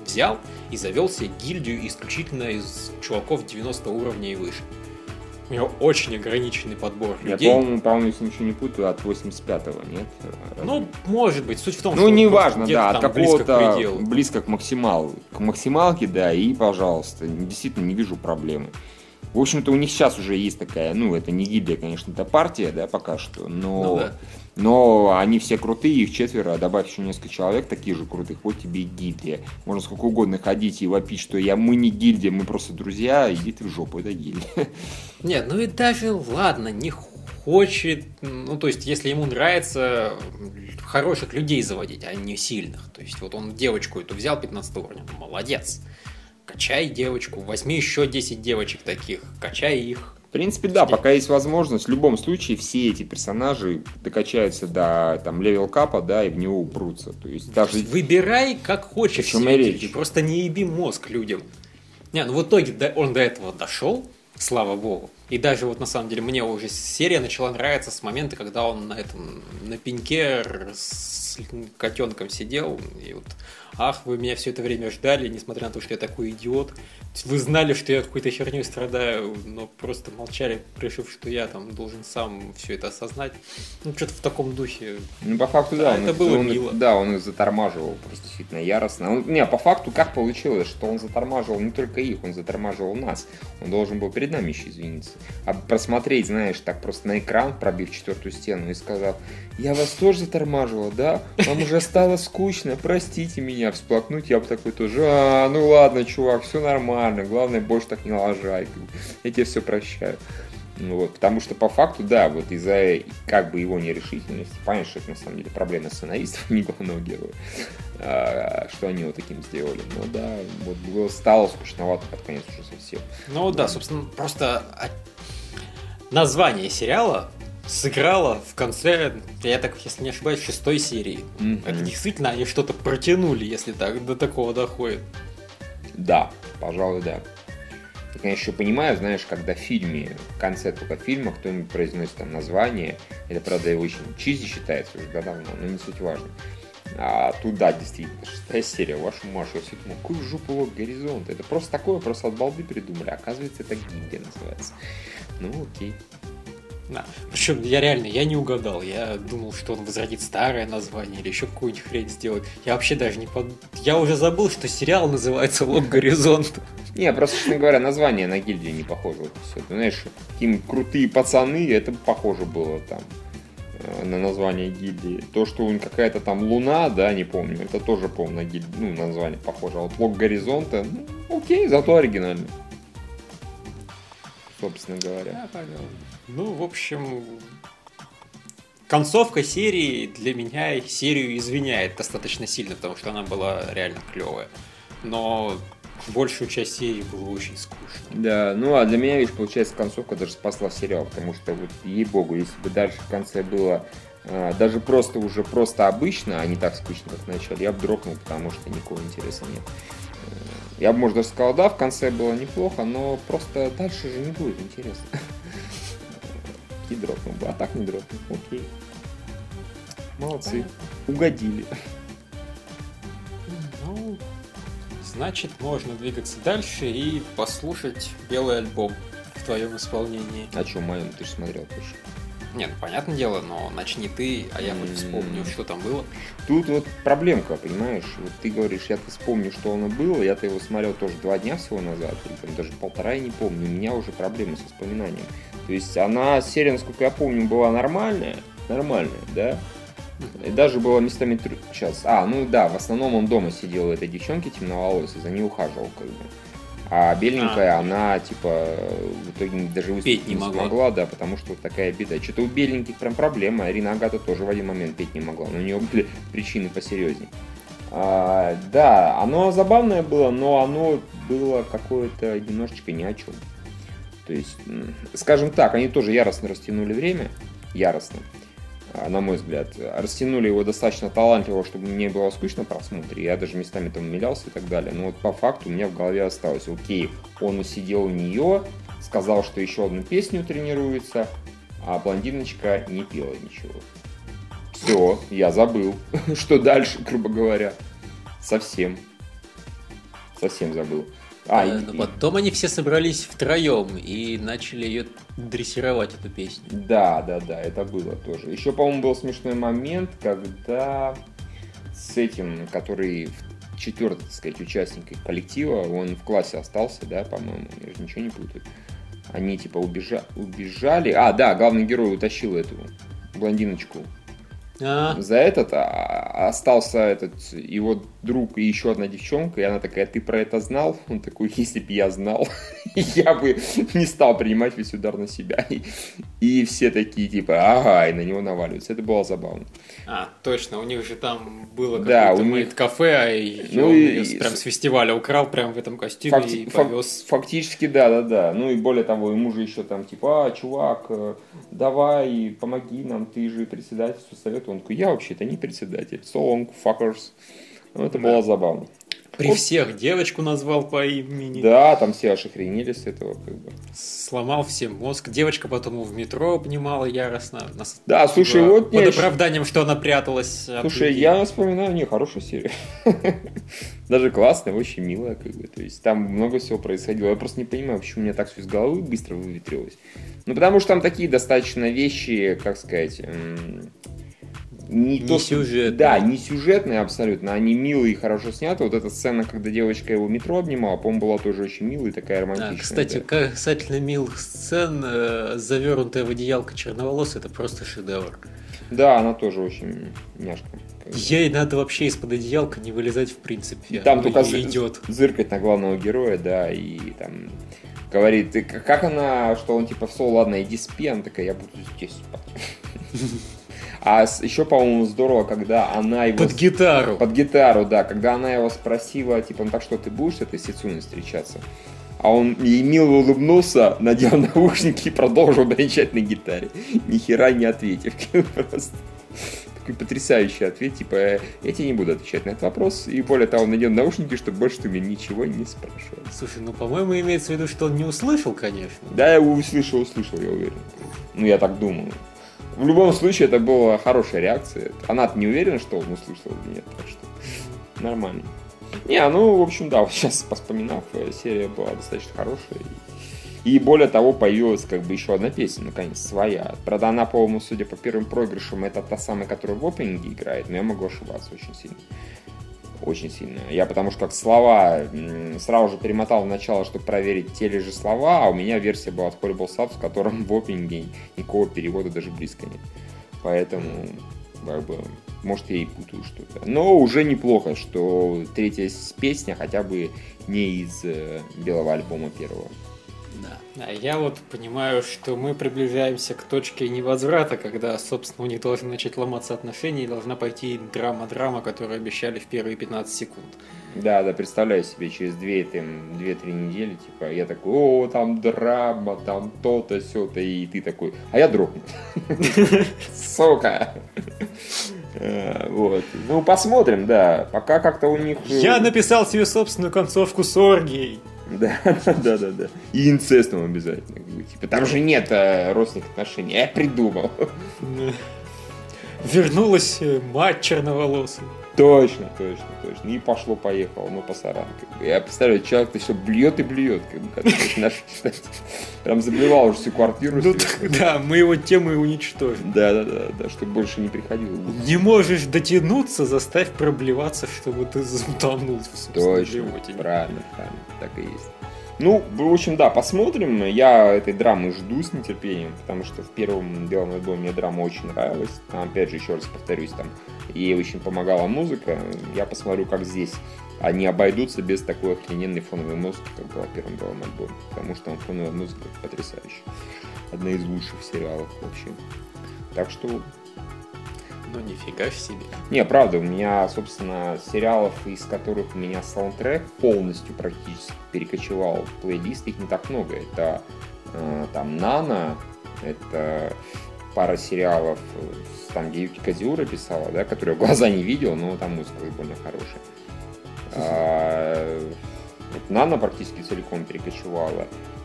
взял и завел себе гильдию исключительно из чуваков девяностого уровня и выше. У него очень ограниченный подбор людей.
Я, по-моему, по-моему, если ничего не путаю, от восемьдесят пятого, нет?
Ну, может быть. Суть в том,
ну,
что...
Ну, неважно, да, от
какого-то
какого-то близко к максималу. К максималке, да, и, пожалуйста, действительно не вижу проблемы. В общем-то, у них сейчас уже есть такая, ну, это не гильдия, конечно, это партия, да, пока что, но...
Ну, да.
Но они все крутые, их четверо, добавь еще несколько человек таких же крутых, вот тебе и гильдия. Можно сколько угодно ходить и вопить, что я, мы не гильдия, мы просто друзья, иди ты в жопу, это гильдия.
Нет, ну и даже, ладно, не хочет, ну то есть если ему нравится хороших людей заводить, а не сильных. То есть вот он девочку эту взял пятнадцатого уровня, молодец. Качай девочку, возьми еще десять девочек таких, качай их.
В принципе, да, пока есть возможность, в любом случае все эти персонажи докачаются до там левел капа, да, и в него упрутся. То есть даже...
Выбирай как хочешь,
о чем и речь.
Просто не еби мозг людям. Не, ну в итоге он до этого дошел, слава богу. И даже вот на самом деле мне уже серия начала нравиться с момента, когда он на этом на пеньке с котенком сидел. И вот, ах, вы меня все это время ждали, несмотря на то, что я такой идиот. Вы знали, что я какой-то херней страдаю, но просто молчали, решив, что я там должен сам все это осознать. Ну, что-то в таком духе.
Ну, по факту, да.
А
он
это
их,
было
он,
мило.
Да, он их затормаживал просто действительно яростно. Он, не, по факту как получилось, что он затормаживал не только их, он затормаживал нас. Он должен был перед нами еще извиниться. А просмотреть, знаешь, так просто на экран, пробив четвертую стену и сказав: я вас тоже затормаживал, да? Вам уже стало скучно, простите меня. Всплакнуть я бы такой тоже: а, ну ладно, чувак, все нормально, главное, больше так не лажай, я тебе все прощаю. Вот, потому что по факту, да, вот из-за как бы его нерешительности, понятно, что это на самом деле проблема сценаристов, не главного героя, а, что они его таким сделали. Но да, вот было, стало скучновато под конец уже совсем.
Ну да, собственно, просто название сериала сыграло в конце, я так, если не ошибаюсь, шестой серии. Mm-hmm. Это действительно они что-то протянули, если так до такого доходит.
Да, пожалуй, да. Я, конечно, еще понимаю, знаешь, когда в фильме, в конце только фильма кто-нибудь произносит там название, это, правда, очень чизи считается уже да, давно, но не суть важно. А тут, да, действительно, шестая серия, вашу Машу, я все думал, какой в жопу лог горизонт. Это просто такое, просто от балды придумали, оказывается, это гильдия называется. Ну, окей.
Да. Причем я реально, я не угадал. Я думал, что он возродит старое название или еще какую-нибудь хрень сделает. Я вообще даже не под... Я уже забыл, что сериал называется «Лог горизонта».
Не, просто, честно говоря, название на гильдию не похоже. Вот все. Ты знаешь, какие крутые пацаны, это похоже было там на название гильдии. То, что он какая-то там луна, да, не помню, это тоже, по-моему, на гильдию, ну, название похоже. А вот «Лог горизонта», ну, окей, зато оригинально. Собственно говоря.
Да, понятно. Ну, в общем, концовка серии для меня серию извиняет достаточно сильно, потому что она была реально клевая. Но большую часть серии было очень скучно.
Да, ну а для меня, видишь, получается, концовка даже спасла сериал, потому что, вот, ей-богу, если бы дальше в конце было э, даже просто уже просто обычно, а не так скучно, как в начале, я бы дропнул, потому что никакого интереса нет. Я бы, может, даже сказал, да, в конце было неплохо, но просто дальше же не будет интересно. И дропнул бы, а так не дропнул. Окей. Молодцы. Угодили.
Ну, значит, можно двигаться дальше и послушать «Белый альбом» в твоем исполнении.
А что, моем, ты же смотрел тоже.
Нет, ну, понятное дело, но начни ты, а я хоть вспомню, что там было.
Тут вот проблемка, понимаешь? Вот ты говоришь, я-то вспомню, что оно было, я-то его смотрел тоже два дня всего назад, или там даже полтора, я не помню, у меня уже проблемы с воспоминанием. То есть она, серия, насколько я помню, была нормальная, нормальная, да? И даже было местами тру... сейчас. А, ну да, в основном он дома сидел у этой девчонки темноволосой, за ней ухаживал как бы. А беленькая, а. она, типа, в итоге даже выступить не, не могла. смогла, да, потому что вот такая беда. Что-то у беленьких прям проблема. Арина Агата тоже в один момент петь не могла, но у нее были причины посерьезнее. А, да, оно забавное было, но оно было какое-то немножечко ни о чем. То есть, скажем так, они тоже яростно растянули время, яростно, на мой взгляд. Растянули его достаточно талантливо, чтобы мне было скучно в просмотре. Я даже местами там умилялся и так далее. Но вот по факту у меня в голове осталось. Окей, он усидел у нее, сказал, что еще одну песню тренируется, а блондиночка не пела ничего. Все, я забыл. Что дальше, грубо говоря? Совсем. Совсем забыл. А,
э,
и,
но потом они все собрались втроем и начали ее дрессировать, эту песню.
Да, да, да, это было тоже. Еще, по-моему, был смешной момент, когда с этим, который четвертый, так сказать, участник их коллектива, он в классе остался, да, по-моему, я же ничего не путаю. Они типа убежа... убежали. А, да, главный герой утащил эту блондиночку.
А,
За этот а, остался этот его друг и еще одна девчонка, и она такая: ты про это знал? Он такой: если бы я знал, я бы не стал принимать весь удар на себя. И, и все такие типа: ага, и на него наваливаются. Это было забавно.
а, точно, у них же там было
Да,
какое-то
у них-
кафе, а и
Ну
он
и-
её прям с фестиваля украл прям в этом костюме
Факти-
и
фак-
повез.
Фактически, да, да, да. Ну и более того, ему же еще там типа: а, чувак, э, давай, помоги нам, ты же председательство совета. Он такой: я вообще-то не председатель. So long, fuckers. Ну, это было забавно.
При всех девочку назвал по имени.
Да, там все аж охренели с этого, как бы.
Сломал всем мозг. Девочка потом его в метро обнимала яростно. Нас-
Да, слушай, вот
под
не-
оправданием, что она пряталась от
Слушай,
людей.
я вспоминаю, не, хорошая серия. Даже классная, очень милая, как бы. То есть там много всего происходило. Я просто не понимаю, почему у меня так все из головы быстро выветрилось. Ну, потому что там такие достаточно вещи, как сказать, м, не,
Не
то, что-
сюжетные.
Да, не сюжетные абсолютно. Они милые и хорошо сняты. Вот эта сцена, когда девочка его в метро обнимала, по-моему, была тоже очень милая и такая
А,
романтичная.
кстати,
да.
касательно милых сцен, э, завернутая в одеялко черноволосая, это просто шедевр.
Да, она тоже очень няшка. как бы.
Ей надо вообще из-под одеялка не вылезать в принципе.
Там
Оно
только
ей
зы-
идет.
зыркать на главного героя, да, и там говорит: «Ты к- как она, что он типа: все, ладно, иди спи», она такая: я буду здесь спать. А с- еще, по-моему, здорово, когда она его...
Под
с-
гитару.
Под гитару, да, когда она его спросила, типа: ну так что, ты будешь с этой Сицуной встречаться? А он ей мило улыбнулся, надел наушники и продолжил бренчать на гитаре, ни хера не ответив. Просто такой потрясающий ответ, типа: «Э, я тебе не буду отвечать на этот вопрос, и более того, надел наушники, чтобы больше ты меня ничего не спрашивал».
Слушай, ну, по-моему, имеется в виду, что он не услышал, конечно.
Да, я его услышал, услышал, я уверен. Ну, я так думаю. В любом случае, это была хорошая реакция. Она-то не уверена, что он услышал или нет, так что нормально. Не, ну, в общем, да, вот сейчас, поспоминав, э, серия была достаточно хорошая. И, и более того, появилась как бы еще одна песня, наконец, своя. Правда, она, по-моему, судя по первым проигрышам, это та самая, которая в опенинге играет, но я могу ошибаться очень сильно. Очень сильно. Я потому что как слова м, сразу же перемотал в начало, чтобы проверить те ли же слова, а у меня версия была от Horrible Subs, в котором в опенинге никакого перевода даже близко нет. Поэтому, как бы, может, я и путаю что-то. Но уже неплохо, что третья с- песня хотя бы не из э, белого альбома первого.
Да. А я вот понимаю, что мы приближаемся к точке невозврата, когда, собственно, у них должны начать ломаться отношения и должна пойти драма-драма, которую обещали в первые пятнадцать секунд.
Да, да, представляю себе, через две, там, две-три недели, типа, я такой: о, там драма, там то-то, сё-то, и ты такой: а я дропну. Сука. Э, Вот. Ну, посмотрим, да. Пока как-то у них... э,
Я написал себе собственную концовку с оргией.
Да, да, да, да. И инцестом обязательно. как бы, Типа, там же нет э, родственных отношений. Я придумал.
Вернулась э, мать черноволосая.
Точно, точно, точно. И пошло-поехало, ну, пасаран. Как бы. Я представляю, человек-то все блюет и блюет, как бы, как наш читатель. Прям заблевал уже всю квартиру.
Ну,
себе.
так, да, мы его тему и уничтожим.
Да, да, да, да, чтобы больше не приходило.
Не можешь дотянуться, заставь проблеваться, чтобы ты утонул в собственном
Точно,
животе.
правильно, правильно, так и есть. Ну, в общем, да, посмотрим. Я этой драмы жду с нетерпением, потому что в первом белом альбоме мне драма очень нравилась. Там, опять же, еще раз повторюсь, там ей очень помогала музыка. Я посмотрю, как здесь они обойдутся без такой охрененной фоновой музыки, как была в первом белом альбоме. Потому что там фоновая музыка потрясающая. Одна из лучших сериалов вообще. Так что...
Ну, нифига ж себе.
Не, правда, у меня, собственно, сериалов, из которых у меня саундтрек полностью практически перекочевал в плейлист, их не так много. Это э, там Нана, это пара сериалов, э, там, где Юки Казиура писала, да, которые я в глаза не видел, но там музыка больно хорошая. А, вот Нана практически целиком перекочевала.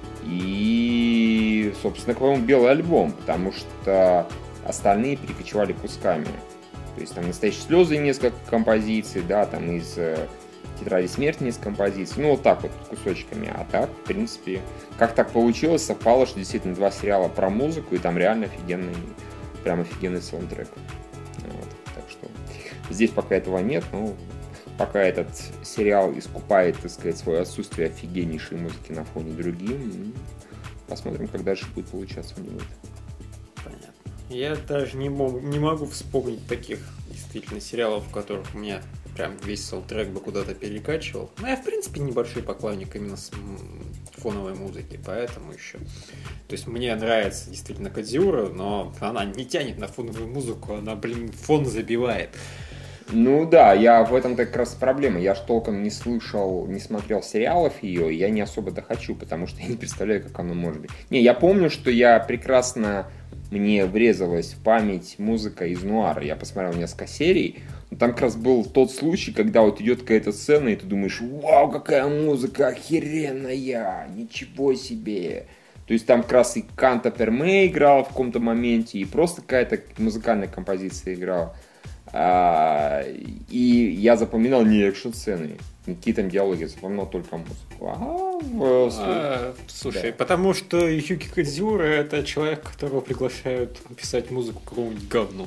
И, собственно, по-моему, белый альбом, потому что остальные перекочевали кусками. То есть там «Настоящие слезы» несколько композиций, да, там из э, Тетради смерти несколько композиций. Ну, вот так вот, кусочками. А так, в принципе, как так получилось, совпало, что действительно два сериала про музыку, и там реально офигенный, прям офигенный саундтрек. Вот. Так что здесь пока этого нет, но пока этот сериал искупает, так сказать, свое отсутствие офигеннейшей музыки на фоне другим, посмотрим, как дальше будет получаться у него это.
Понятно. Я даже не, мог, не могу вспомнить таких действительно сериалов, в которых у меня прям весь саундтрек бы куда-то перекачивал. Но я, в принципе, небольшой поклонник именно с фоновой музыки, поэтому еще. То есть мне нравится действительно Кодзиура, но она не тянет на фоновую музыку, она, блин, фон забивает.
Ну да, я в этом-то как раз проблема. Я ж толком не слышал, не смотрел сериалов ее, и я не особо-то хочу, потому что я не представляю, как оно может быть. Не, я помню, что я прекрасно, мне врезалась в память музыка из Нуара. Я посмотрел несколько серий. Там как раз был тот случай, когда вот идет какая-то сцена, и ты думаешь, вау, какая музыка охеренная, ничего себе. То есть там как раз и Канта Перме играл в каком-то моменте, и просто какая-то музыкальная композиция играла. А, и я запоминал не экшн-сцены, никакие там диалоги, я запоминал только музыку. Ага,
а, слушай, да. Потому что Юки Кодзиура — это человек, которого приглашают писать музыку к какому-нибудь говну.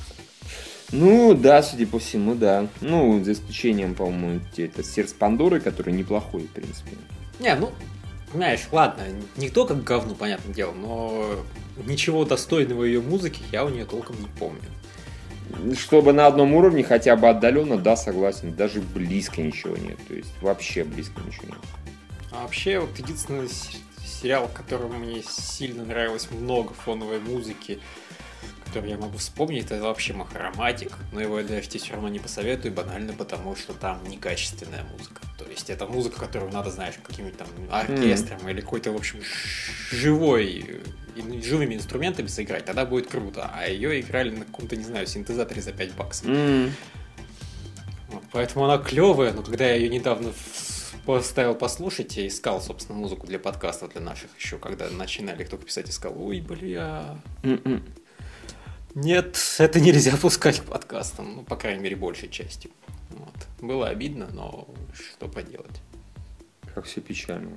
Ну, да, судя по всему, да. Ну, за исключением, по-моему, это Сердце Пандоры, который неплохой, в принципе.
Не, ну, понимаешь, ладно, не то как говну, понятное дело, но ничего достойного ее музыки я у нее толком не помню.
Чтобы на одном уровне, хотя бы отдаленно, да, согласен, даже близко ничего нет. То есть вообще близко ничего нет.
А вообще, вот единственный сериал, которому мне сильно нравилось много фоновой музыки, который я могу вспомнить, это вообще Махароматик, но его я даже тебе все равно не посоветую, банально потому, что там некачественная музыка. То есть это музыка, которую надо, знаешь, каким-нибудь там оркестром mm. или какой-то, в общем, живой, живыми инструментами сыграть, тогда будет круто. А ее играли на каком-то, не знаю, синтезаторе за пять баксов.
Mm.
Вот, поэтому она клевая, но когда я ее недавно поставил послушать, я искал, собственно, музыку для подкастов, для наших еще, когда начинали кто-то писать, искал, ой, бля... Mm-mm. Нет, это нельзя пускать к подкастам, ну, по крайней мере, большей частью. Вот. Было обидно, но что поделать.
Как все печально.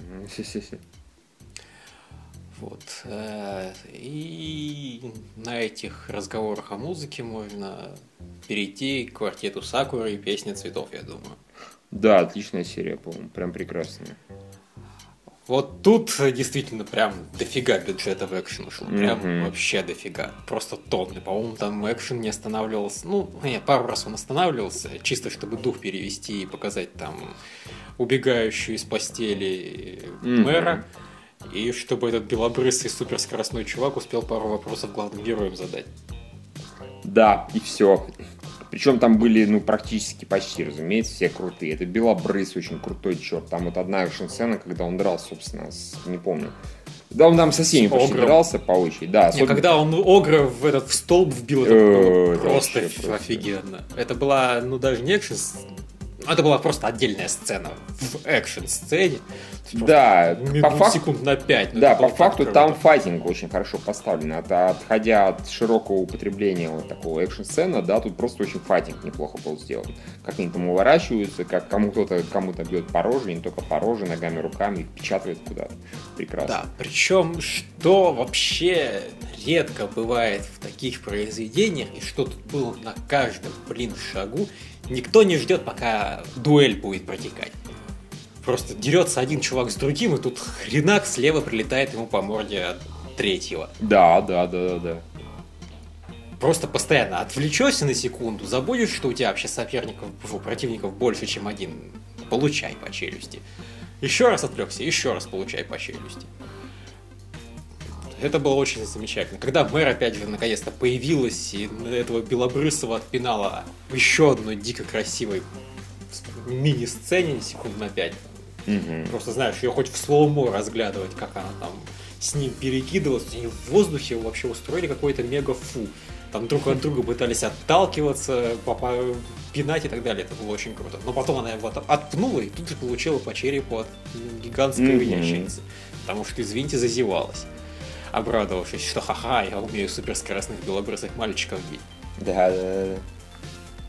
Вот. И на этих разговорах о музыке можно перейти к квартету Сакуры и песня цветов, я думаю.
Да, отличная серия, по-моему, прям прекрасная.
Вот тут действительно прям дофига бюджета в экшен ушло. Прям mm-hmm. вообще дофига. Просто тонны. По-моему, там экшен не останавливался. Ну, нет, пару раз он останавливался, чисто чтобы дух перевести и показать там убегающую из постели mm-hmm. мэра. И чтобы этот белобрысый суперскоростной чувак успел пару вопросов главным героям задать.
Да, и все. Причем там были, ну, практически почти, разумеется, все крутые. Это Белобрыс, очень крутой черт. Там вот одна экшн-сцена, когда он дрался, собственно, с, не помню. Да, он там со всеми с почти дрался по очереди. Да,
особенно... Не, когда он Огра в этот в столб вбил, это было просто офигенно. Это была, ну, даже не экшн, это была просто отдельная сцена в экшн-сцене.
Да, по факту,
секунд на пять.
Да, по факту там файтинг очень хорошо поставлен. От, отходя от широкого употребления вот такого экшн-сцена, да, тут просто очень файтинг неплохо был сделан. Как они там уворачиваются, как кому кто-то кому-то бьет по роже, не только по роже, ногами, руками, впечатывает куда-то. Прекрасно.
Да, причем, что вообще редко бывает в таких произведениях, и что тут было на каждом, блин, шагу, никто не ждет, пока дуэль будет протекать. Просто дерется один чувак с другим, и тут хренак слева прилетает ему по морде от третьего.
Да, да, да, да, да.
Просто постоянно отвлечешься на секунду, забудешь, что у тебя вообще соперников, фу, противников больше, чем один. Получай по челюсти. Еще раз отвлекся, еще раз получай по челюсти. Это было очень замечательно. Когда мэр опять же наконец-то появилась и этого белобрысого отпинала еще одной дико красивой мини-сцене секунд на пять.
Mm-hmm.
Просто, знаешь, ее хоть в слоумо разглядывать, как она там с ним перекидывалась. Они в воздухе вообще устроили какой-то мега-фу. Там друг от друга пытались отталкиваться, пинать и так далее. Это было очень круто. Но потом она его отпнула и тут же получила по черепу от гигантской mm-hmm. ящерицы. Потому что, извините, зазевалась. Обрадовавшись, что ха-ха, я умею суперскоростных белобрысых мальчиков бить.
Да, да, да.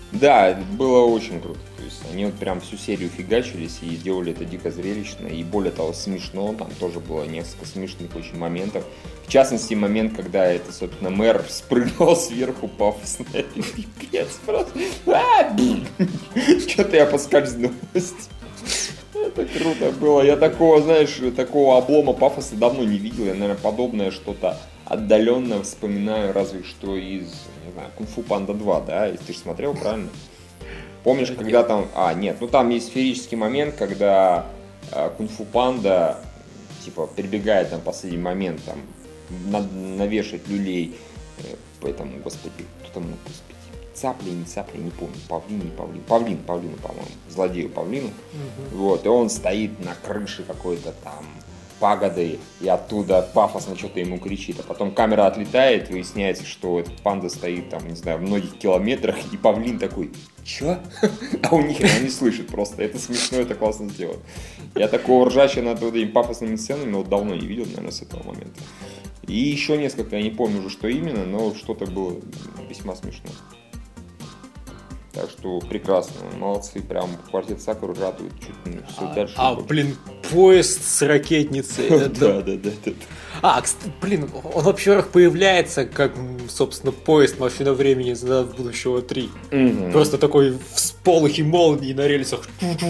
Да, было очень круто. То есть они вот прям всю серию фигачились и делали это дико зрелищно. И более того, смешно. Там тоже было несколько смешных очень моментов. В частности, момент, когда это, собственно, мэр спрыгнул сверху пафосно. Пипец просто. Что-то я поскользнулась. Это круто было. Я такого, знаешь, такого облома пафоса давно не видел. Я, наверное, подобное что-то отдаленно вспоминаю, разве что из, не знаю, Кунг-фу Панда два, да? Ты же смотрел, правильно? Помнишь, когда там... А, нет, ну там есть сферический момент, когда э, Кунг-фу Панда, типа, прибегает там в последний момент, там, на, навешать люлей, э, поэтому, господи, кто там, господи, цапли, не цапли, не помню, павлин, не павлин, павлин, павлину, по-моему, злодею павлину, угу. Вот, и он стоит на крыше какой-то там пагоды, и оттуда пафосно что-то ему кричит, а потом камера отлетает, выясняется, что этот панда стоит там, не знаю, в многих километрах, и павлин такой, чё? А у них она не слышит просто, это смешно, это классно сделано. Я такого ржача над этими пафосными сценами вот давно не видел, наверное, с этого момента. И еще несколько, я не помню уже, что именно, но что-то было весьма смешно. Так что прекрасно, молодцы, прям квартет Сакуры радует, чуть не все дальше.
А, блин, поезд с ракетницей.
Да, да, да.
А, блин, он, во-первых, появляется, как, собственно, поезд «Машина времени» из «Назад в будущего три». Просто такой всполохи молнии на рельсах.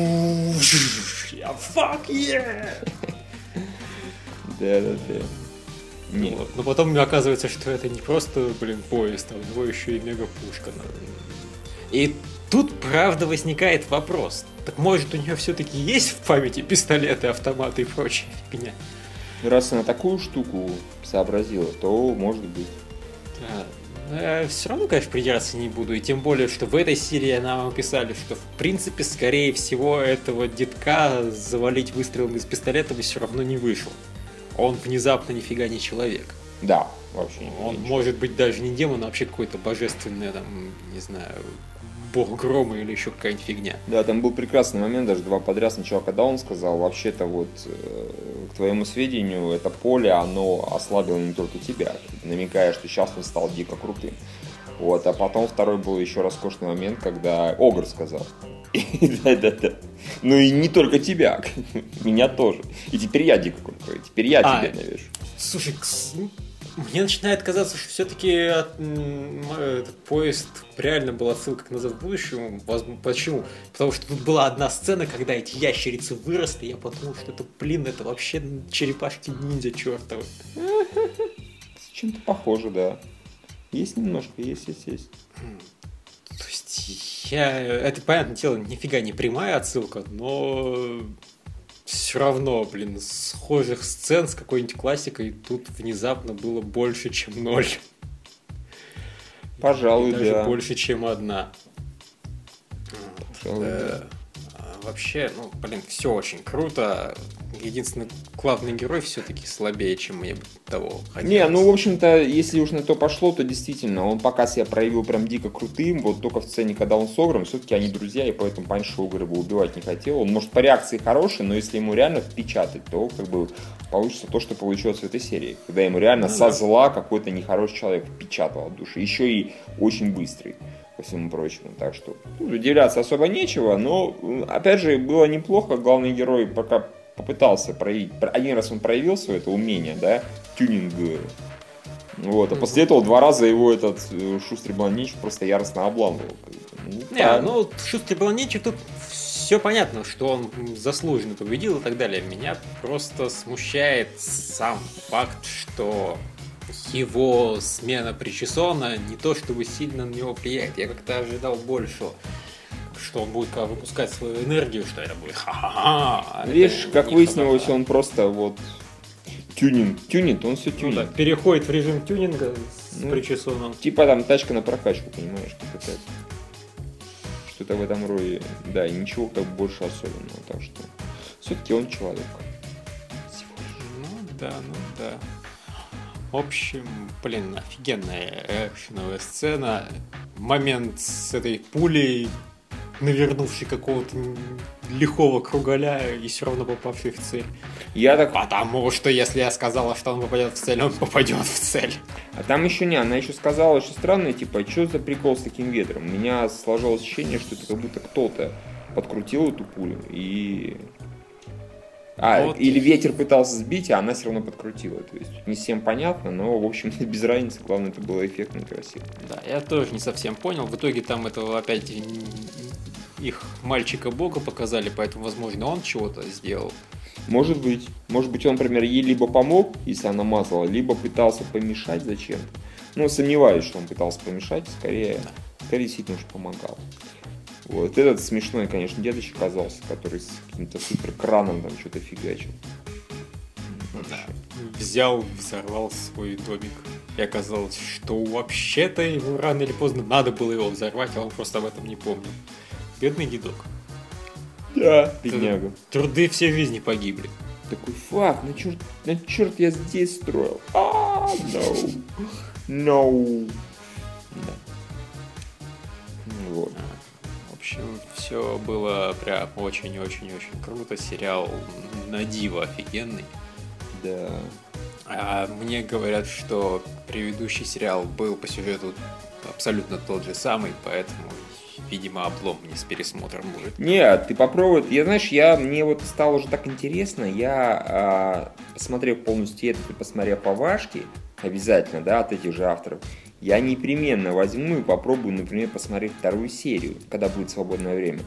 Fuck yeah!
Да, да, да.
Нет. Вот. Но потом оказывается, что это не просто, блин, поезд, а у него еще и мегапушка. И тут, правда, возникает вопрос. Так может, у нее все-таки есть в памяти пистолеты, автоматы и прочая фигня?
Раз она такую штуку сообразила, то может быть.
Да. Я все равно, конечно, придираться не буду. И тем более, что в этой серии нам описали, что, в принципе, скорее всего, этого детка завалить выстрелом из пистолета бы все равно не вышел. Он внезапно нифига не человек.
Да, вообще не
Он ничего. Может быть даже не демон, а вообще какой-то божественный, там, не знаю, бог грома или еще какая-нибудь фигня.
Да, там был прекрасный момент, даже два подряд. Сначала, когда он сказал, вообще-то вот, э, к твоему сведению, это поле, оно ослабило не только тебя, намекая, что сейчас он стал дико крутым. Вот, а потом второй был еще роскошный момент, когда Огр сказал. Да-да-да. Ну и не только тебя, меня тоже. И теперь я дико крутой, теперь я
а,
тебя навешу.
Слушай, мне начинает казаться, что все-таки этот поезд реально был отсылка к «Назад в будущем». Почему? Потому что тут была одна сцена, когда эти ящерицы выросли, я подумал, что это, блин, это вообще черепашки-ниндзя чертовы.
С чем-то похоже, да. Есть немножко, есть, есть, есть.
То есть, я... это, понятное дело, нифига не прямая отсылка, но... Все равно, блин, схожих сцен с какой-нибудь классикой тут внезапно было больше, чем ноль.
Пожалуй,
и даже
да.
больше, чем одна.
Пожалуй, да.
Вообще, ну, блин, все очень круто. Единственный главный герой все-таки слабее, чем мне того хотелось.
Не, ну, в общем-то, если уж на то пошло, то действительно, он пока себя проявил прям дико крутым, вот только в сцене, когда он с Огром, все-таки они друзья, и поэтому понятно, что Огр его убивать не хотел. Он, может, по реакции хороший, но если ему реально впечатать, то, как бы, получится то, что получилось в этой серии. Когда ему реально ну, со зла какой-то нехороший человек впечатал от души. Еще и очень быстрый, по всему прочему. Так что тут удивляться особо нечего, но, опять же, было неплохо. Главный герой пока попытался проявить, один раз он проявил свое это умение, да, тюнинг, вот, а после этого два раза его этот шустрый блондинчик просто яростно обламывал.
Ну, не, ну, шустрый блондинчик тут все понятно, что он заслуженно победил и так далее. Меня просто смущает сам факт, что его смена причесона не то чтобы сильно на него влияет. Я как-то ожидал большего. Что он будет выпускать свою энергию, что это будет ха-ха-ха.
Видишь, как выяснилось, ха-ха-ха. Он просто вот тюнинг, тюнит, он все тюнит. Ну, да,
переходит в режим тюнинга с ну, причесоном.
Типа там тачка на прокачку, понимаешь, какая-то. Что-то в этом роде. Да, и ничего как больше особенного, так что все-таки он человек.
Ну да, ну да. В общем, блин, офигенная экшеновая сцена. Момент с этой пулей, навернувший какого-то лихого кругаля и все равно попавший в цель.
Я так...
Потому что если я сказала, что он попадет в цель, он попадет в цель.
А там еще не, она еще сказала очень странно, типа, что за прикол с таким ветром? У меня сложилось ощущение, что это как будто кто-то подкрутил эту пулю и... А, вот. Или ветер пытался сбить, а она все равно подкрутила. То есть не всем понятно, но, в общем, без разницы. Главное, это было эффектно и красиво.
Да, я тоже не совсем понял. В итоге там этого опять их мальчика-бога показали, поэтому, возможно, он чего-то сделал.
Может быть. Может быть, он, например, ей либо помог, если она мазала, либо пытался помешать зачем-то. Ну, сомневаюсь, что он пытался помешать. Скорее, да. скорее действительно уж помогал. Вот этот смешной, конечно, дедочек оказался, который с каким-то супер краном там что-то фигачил.
Да. Взял, взорвал свой домик. И оказалось, что вообще-то ему рано или поздно надо было его взорвать, а он просто об этом не помнил. Бедный дедок.
Да, бедняга.
Труды всей жизни погибли.
Такой, фак, на черт, на черт я здесь строил. А, no, no. Да. Вот.
В общем, все было прям очень-очень-очень круто. Сериал на диво офигенный.
Да.
А мне говорят, что предыдущий сериал был по сюжету абсолютно тот же самый, поэтому, видимо, облом мне с пересмотром будет.
Нет, ты попробуй. Я, знаешь, я, мне вот стало уже так интересно. Я, а, посмотрев полностью это и посмотрев по Вашке, обязательно, да, от этих же авторов, я непременно возьму и попробую, например, посмотреть вторую серию, когда будет свободное время.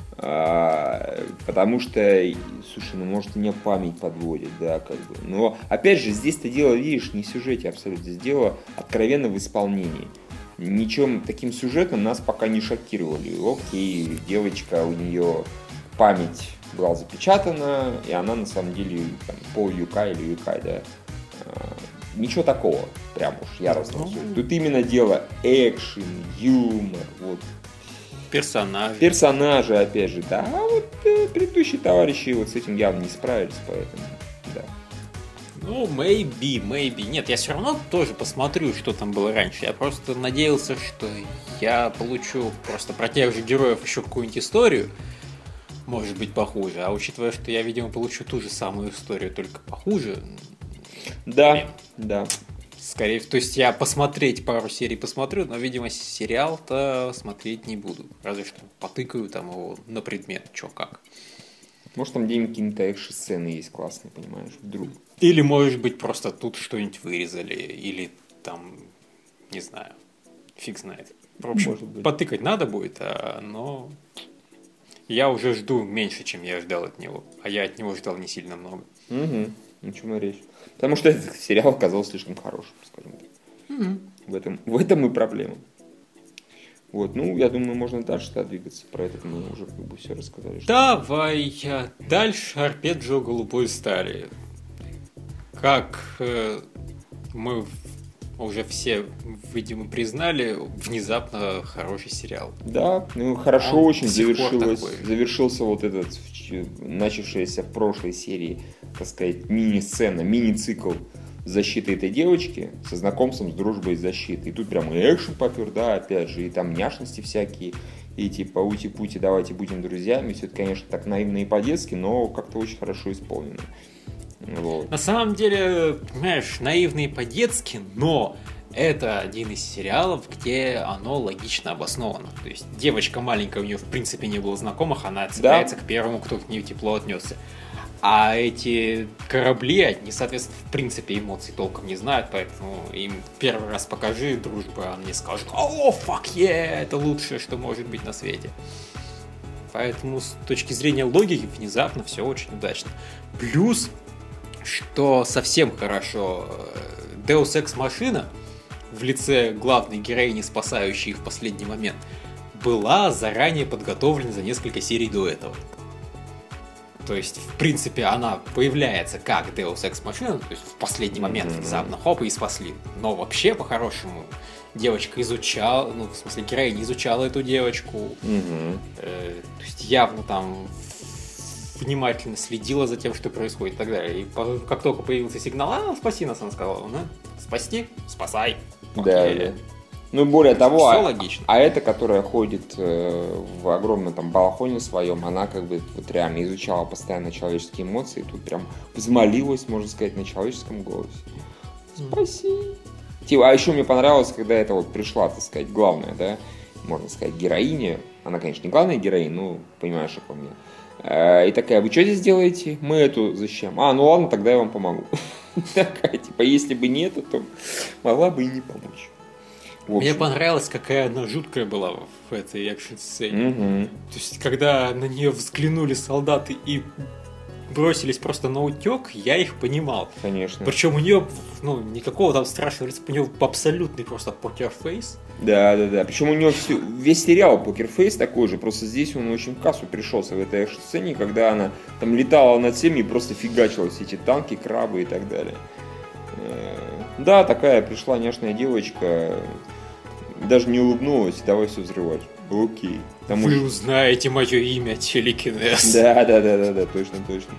А, потому что, слушай, ну может меня память подводит, да, как бы. Но, опять же, здесь-то дело, видишь, не в сюжете абсолютно, здесь дело откровенно в исполнении. Ничем таким сюжетом нас пока не шокировали. Окей, девочка, у нее память была запечатана, и она на самом деле там, пол юкай или юкай, да. Ничего такого, прям уж яростного. Ну, тут именно дело экшен, юмор, вот.
Персонажи.
Персонажи, опять же, да. А вот э, предыдущие товарищи вот с этим явно не справились, поэтому, да.
Ну, maybe, maybe. Нет, я все равно тоже посмотрю, что там было раньше. Я просто надеялся, что я получу просто про тех же героев еще какую-нибудь историю, может быть, похуже. А учитывая, что я, видимо, получу ту же самую историю, только похуже...
Да,
блин.
да.
Скорее, то есть я посмотреть пару серий посмотрю, но, видимо, сериал-то смотреть не буду. Разве что потыкаю там его на предмет, чё как.
Может, там где-нибудь какие-то экшн-сцены есть классные, понимаешь, вдруг.
Или, может быть, просто тут что-нибудь вырезали, или там, не знаю, фиг знает. В общем, потыкать надо будет, а, но я уже жду меньше, чем я ждал от него. А я от него ждал не сильно много.
Угу. О чем и речь. Потому что этот сериал оказался слишком хорошим, скажем так. Mm-hmm. В этом, в этом и проблема. Вот, ну, я думаю, можно дальше двигаться. Про это мы уже как бы все рассказали.
Давай дальше арпеджио голубой стали. Как э, мы уже все, видимо, признали, внезапно хороший сериал.
Да, ну хорошо Он очень завершилось, завершился вот этот начавшийся в прошлой серии, так сказать, мини-сцена, мини-цикл защиты этой девочки со знакомством, с дружбой и защитой. И тут прям и экшен попер, да, опять же, и там няшности всякие, и типа ути-пути, давайте будем друзьями. Все это, конечно, так наивно и по-детски, но как-то очень хорошо исполнено. Вот.
На самом деле, понимаешь, наивно и по-детски, но это один из сериалов, где оно логично обосновано. То есть девочка маленькая, у нее в принципе не было знакомых, она цепляется да. к первому, кто к ней тепло отнесся. А эти корабли, они, соответственно, в принципе эмоций толком не знают, поэтому им первый раз покажи дружбу, а они скажут: «О, fuck yeah, это лучшее, что может быть на свете». Поэтому с точки зрения логики внезапно все очень удачно. Плюс, что совсем хорошо, Deus Ex Machina в лице главной героини, спасающей их в последний момент, была заранее подготовлена за несколько серий до этого. То есть, в принципе, она появляется как Deus Ex Machina, то есть в последний момент mm-hmm. внезапно хоп и спасли. Но вообще, по-хорошему, девочка изучала, ну, в смысле, героиня изучала эту девочку,
mm-hmm.
э, то есть явно там внимательно следила за тем, что происходит и так далее. И по, как только появился сигнал: «А, спаси нас», она сказала: «Ну, спасти? Спасай».
Да, да. Ну, более того,
Все
а,
логично.
а эта, которая ходит э, в огромном там балахоне своем, она как бы вот реально изучала постоянно человеческие эмоции, тут прям взмолилась, можно сказать, на человеческом голосе. Спасибо. Типа, а еще мне понравилось, когда это вот пришла, так сказать, главная, да, можно сказать, героиня. Она, конечно, не главная героиня, ну, понимаешь, о ком я. И такая, вы что здесь делаете? Мы эту защищаем. А, ну ладно, тогда я вам помогу. Такая, типа, если бы не это, то могла бы и не помочь.
Мне понравилось, какая она жуткая была в этой экшн-сцене.
Угу.
То есть, когда на нее взглянули солдаты и бросились просто на утек, я их понимал.
Конечно.
Причем у нее, ну, никакого там страшного лица, у нее абсолютный просто покерфейс.
Да, да, да. Причем у него все, весь сериал покерфейс такой же, просто здесь он очень в кассу пришелся в этой экшн-сцене, когда она там летала над всеми и просто фигачила все эти танки, крабы и так далее. Да, такая пришла няшная девочка, даже не улыбнулась, давай все взрывать. Окей.
Потому Вы что... узнаете мое имя, телекинез.
Да, да, да, да, да, точно, точно.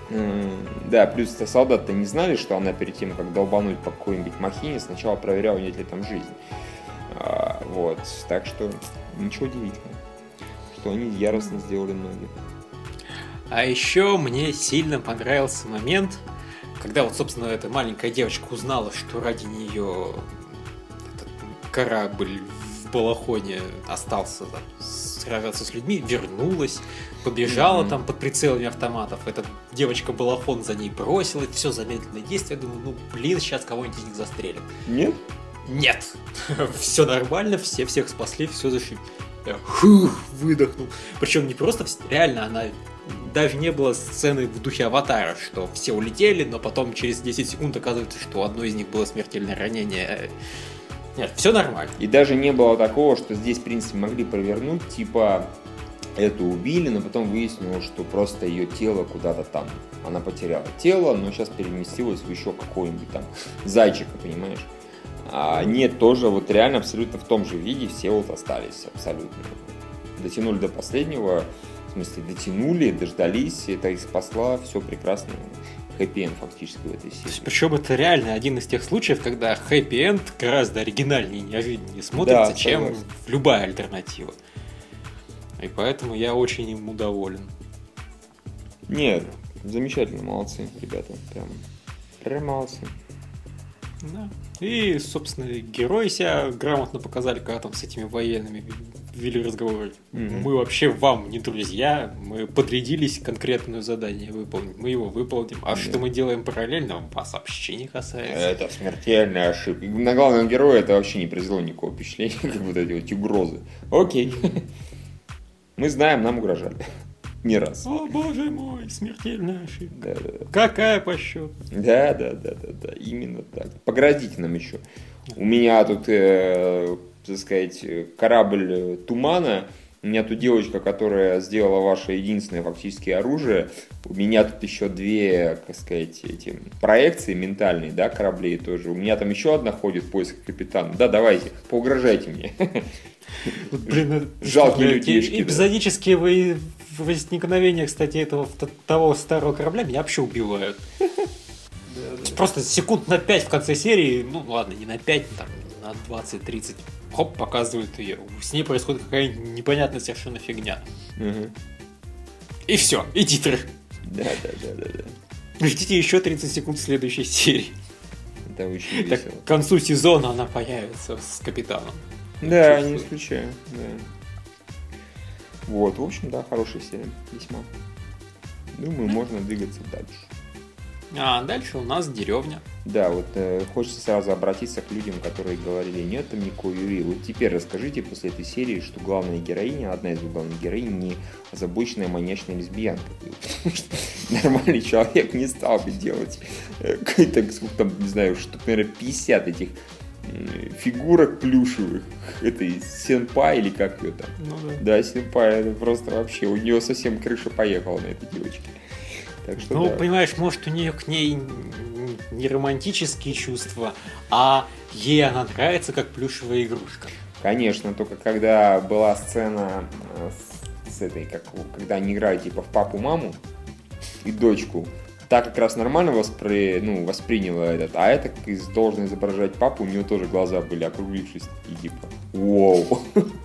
Да, плюс солдаты-то не знали, что она перед тем, как долбануть по какой-нибудь махине, сначала проверяла, нет ли там жизнь. А, вот, так что ничего удивительного, что они яростно сделали ноги.
А еще мне сильно понравился момент, когда вот, собственно, эта маленькая девочка узнала, что ради нее этот корабль в балахоне остался там, сражаться с людьми, вернулась, побежала mm-hmm. там под прицелами автоматов. Эта девочка-балахон за ней бросилась, все замедленное действие. Я думаю, ну блин, сейчас кого-нибудь из них застрелят.
Нет?
Нет. Все нормально, все всех спасли, все зашли. Я фух, выдохнул. Причем не просто, реально она... Даже не было сцены в духе Аватара, что все улетели, но потом через десять секунд оказывается, что у одной из них было смертельное ранение. Нет, все нормально.
И даже не было такого, что здесь, в принципе, могли провернуть, типа, эту убили, но потом выяснилось, что просто ее тело куда-то там. Она потеряла тело, но сейчас переместилась в еще какого-нибудь там зайчика, понимаешь? А нет, тоже вот реально абсолютно в том же виде все вот остались абсолютно. Дотянули до последнего. В смысле, дотянули, дождались, это их спасла, все прекрасно. Хэппи-энд фактически в этой серии.
Причем это реально один из тех случаев, когда хэппи-энд гораздо оригинальнее и неожиданнее смотрится, да, чем согласен. Любая альтернатива. И поэтому я очень ему доволен.
Нет, замечательно, молодцы, ребята. Прям, прям молодцы.
Да. И, собственно, герои себя грамотно показали, когда там с этими военными вели разговоры. Mm-hmm. Мы вообще вам не друзья, мы подрядились конкретное задание выполнить, мы его выполним. А mm-hmm. что мы делаем параллельно, вас вообще не касается.
Это смертельная ошибка. На главного героя это вообще не произвело никакого впечатления, как вот эти вот угрозы. Окей. Мы знаем, нам угрожали. Не раз.
О, боже мой, смертельная ошибка.
Да, да, да.
Какая по счету?
Да, да, да, да, да, именно так. Погрозите нам еще. У меня тут, э, так сказать, корабль тумана. У меня тут девочка, которая сделала ваше единственное фактически оружие. У меня тут еще две, как сказать, эти проекции ментальные, да, кораблей тоже. У меня там еще одна ходит в поисках капитана. Да, давайте, поугрожайте мне.
Блин,
жалкие людишки.
Эпизодические вы... возникновения, кстати, этого того старого корабля меня вообще убивают. Просто секунд на пять в конце серии, ну ладно, не на пять, там, на двадцать-тридцать, хоп, показывают ее. С ней происходит какая-нибудь непонятная совершенно фигня. И все, и титры.
Да, да, да, да, да.
Ждите еще тридцать секунд в следующей серии.
Это очень весело.
Так, к концу сезона она появится с капитаном.
Да, не исключаю, да. Вот, в общем, да, хорошая серия, весьма. Думаю, можно двигаться дальше.
А дальше у нас деревня.
Да, вот э, хочется сразу обратиться к людям, которые говорили, нет там никакой Юрии. Вот теперь расскажите после этой серии, что главная героиня, одна из главных героинь, не озабоченная маньячная лесбиянка. Потому что нормальный человек не стал бы делать какие-то, сколько там, не знаю, штук, наверное, пятьдесят этих фигурок плюшевых. Этой сенпай или как ее там.
Ну, да.
Да, сенпай, это просто вообще, у нее совсем крыша поехала на этой девочке. Так что,
ну,
да.
понимаешь, может, у нее к ней не романтические чувства, а ей она нравится как плюшевая игрушка.
Конечно, только когда была сцена с, с этой, как, когда они играют типа в папу-маму и дочку, та как раз нормально воспри... ну, восприняла этот, а это должен изображать папу, у него тоже глаза были округлившись, и типа, вау.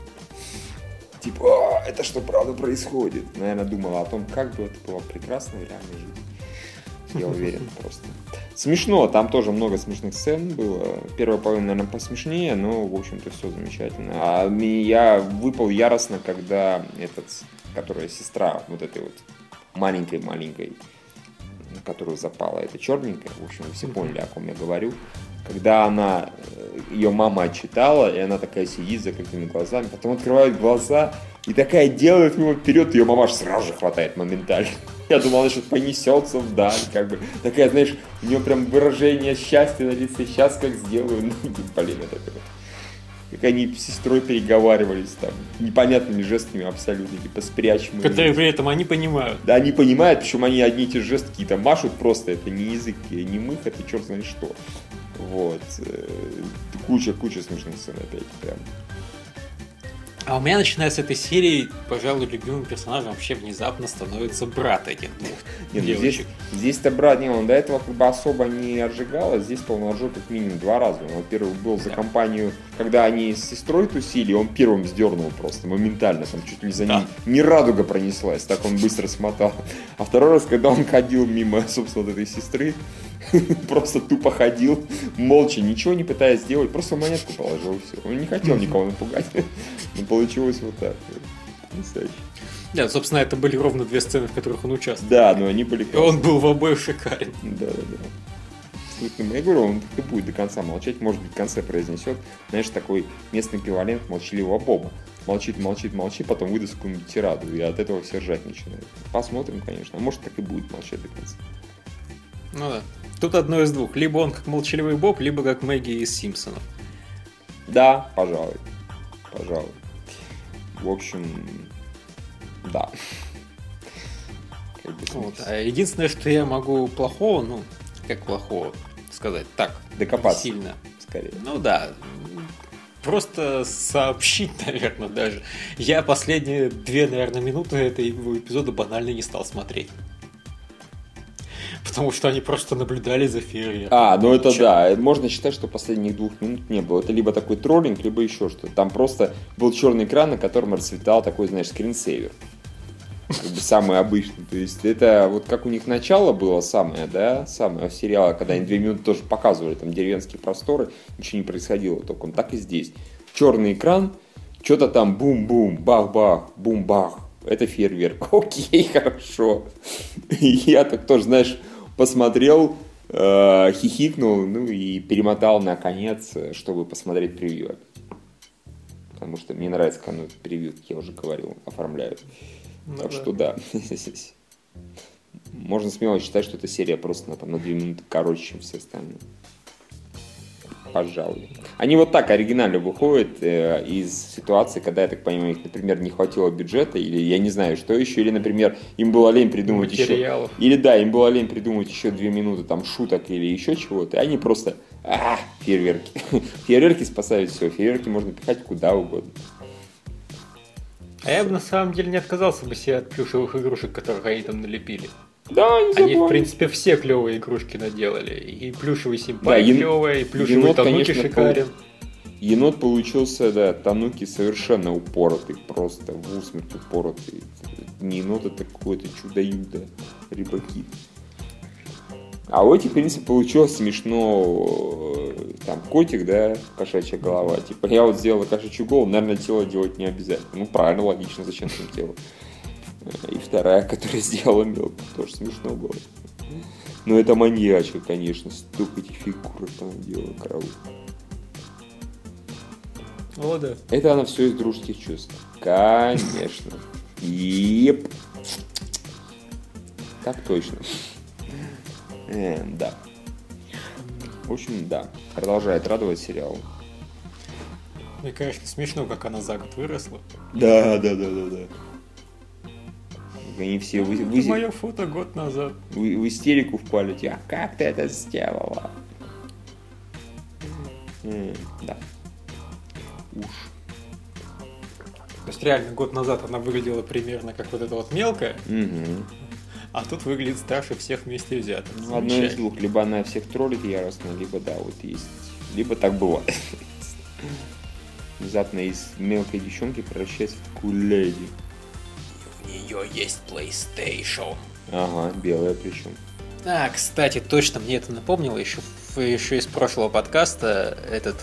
Типа, это что, правда происходит? Наверное, думала о том, как бы это было прекрасно в реальной жизни. Я уверен просто. Смешно, там тоже много смешных сцен было. Первая половина, наверное, посмешнее, но, в общем-то, все замечательно. А я выпал яростно, когда этот, которая сестра вот этой вот маленькой-маленькой, на которую запала эта черненькая, в общем, вы все поняли, о ком я говорю. Когда она, ее мама отчитала, и она такая сидит с закрытыми глазами, потом открывает глаза и такая делает мимо вперед, ее мама аж сразу же хватает моментально. Я думал, она что-то понесется вдаль, как бы. Такая, знаешь, у нее прям выражение счастья на лице, сейчас как сделаю, ну, блин, это прям. Как они с сестрой переговаривались там, непонятными жестами абсолютно, типа спрячь мы.
Которые при этом они понимают.
Да, они понимают, причем они одни и те же жесты какие-то машут просто, это не язык, не мых, это черт знает что. Вот. Куча-куча смешных сцен опять, прям.
А у меня, начиная с этой серии, пожалуй, любимым персонажем вообще внезапно становится брат этих двух
Нет,
девочек.
Здесь, здесь-то брат, не, он до этого как бы особо не отжигал, а здесь, по-моему, отжег как минимум два раза. Он, во-первых, был за
да.
компанию, когда они с сестрой тусили, он первым сдернул просто, моментально, там чуть ли за ним
да.
не радуга пронеслась, так он быстро смотал. А второй раз, когда он ходил мимо, собственно, вот этой сестры, просто тупо ходил, молча, ничего не пытаясь сделать, просто монетку положил, и все. Он не хотел никого напугать. Но получилось вот так. Потрясающе.
Да, собственно, это были ровно две сцены, в которых он участвовал.
Да, но они были...
И он был в обоих шикарен.
Да, да, да. Слушай, я говорю, он так и будет до конца молчать, может быть, в конце произнесет, знаешь, такой местный эквивалент молчаливого Боба. Молчит, молчит, молчит, потом выдаст какую-нибудь тираду, и от этого все ржать начинают. Посмотрим, конечно. А может, так и будет молчать до конца.
Ну да. Тут одно из двух. Либо он как молчаливый Боб, либо как Мэгги из Симпсонов.
Да, пожалуй. Пожалуй. В общем, да. Как бы
Вот. А единственное, что я могу плохого, ну, как плохого сказать, так,
докопаться.
Сильно.
Скорее.
Ну да. Просто сообщить, наверное, даже. Я последние две, наверное, минуты этого эпизода банально не стал смотреть. Потому что они просто наблюдали за фейерверком.
А, ну это Че? Да. Можно считать, что последних двух минут не было. Это либо такой троллинг, либо еще что-то. Там просто был черный экран, на котором расцветал такой, знаешь, скринсейвер. Как бы самый обычный. То есть это вот как у них начало было самое, да, самое в сериале, когда они две минуты тоже показывали там деревенские просторы, ничего не происходило толком. Так и здесь. Черный экран, что-то там бум-бум, бах-бах, бум-бах. Это фейерверк. Окей, хорошо. И я так тоже, знаешь, посмотрел, э, хихикнул, ну и перемотал на конец, чтобы посмотреть превью. Потому что мне нравится, когда ну, превью, как я уже говорил, оформляют. Ну, так да. Что да. Можно смело считать, что эта серия просто на, там, на две минуты короче, чем все остальные. Пожалуй. Они вот так оригинально выходят э, из ситуации, когда, я так понимаю, их, например, не хватило бюджета, или я не знаю, что еще, или, например, им было лень придумать
материалов.
еще... Или да, им было лень придумать еще две минуты там шуток или еще чего-то, и они просто... А, фейерверки. Фейерверки спасают все. Фейерверки можно пихать куда угодно.
А я бы на самом деле не отказался бы себе от плюшевых игрушек, которых они там налепили.
Да, не
Они, в принципе, все клевые игрушки наделали. И плюшевый симпай
да,
клевый, и плюшевый
енот,
Тануки
конечно,
шикарен.
Енот получился, да, Тануки совершенно упоротый, просто в усмерть упоротый. Не енот, это какое-то чудо-юдо, рыбаки. А у этих, в принципе, получилось смешно, там, котик, да, кошачья голова. Типа, я вот сделала кошачью голову, наверное, тело делать не обязательно. Ну, правильно, логично, зачем там тело. И вторая, которая сделала мелко, тоже смешно было. Но это маньячка, конечно, столько этих фигур там делала, корову.
О, да.
Это она все из дружеских чувств. Конечно. Еп. Так точно. Э, да. В общем, да. Продолжает радовать сериал.
Мне, конечно, смешно, как она за год выросла.
Да, да, да, да, да. Они все вы,
это
вы,
мое фото год назад.
Вы, в истерику впали. А как ты это сделала? М, да. Уж.
То есть реально год назад она выглядела примерно как вот эта вот мелкая.
Угу.
А тут выглядит старше всех вместе взятых.
Ну, одно из двух. Либо она всех троллит яростно, либо, да, вот есть. Либо так бывает. Внезапно из мелкой девчонки превращается в такую леди.
У нее есть PlayStation.
Ага, белая причем.
А, кстати, точно мне это напомнило еще, еще из прошлого подкаста. Этот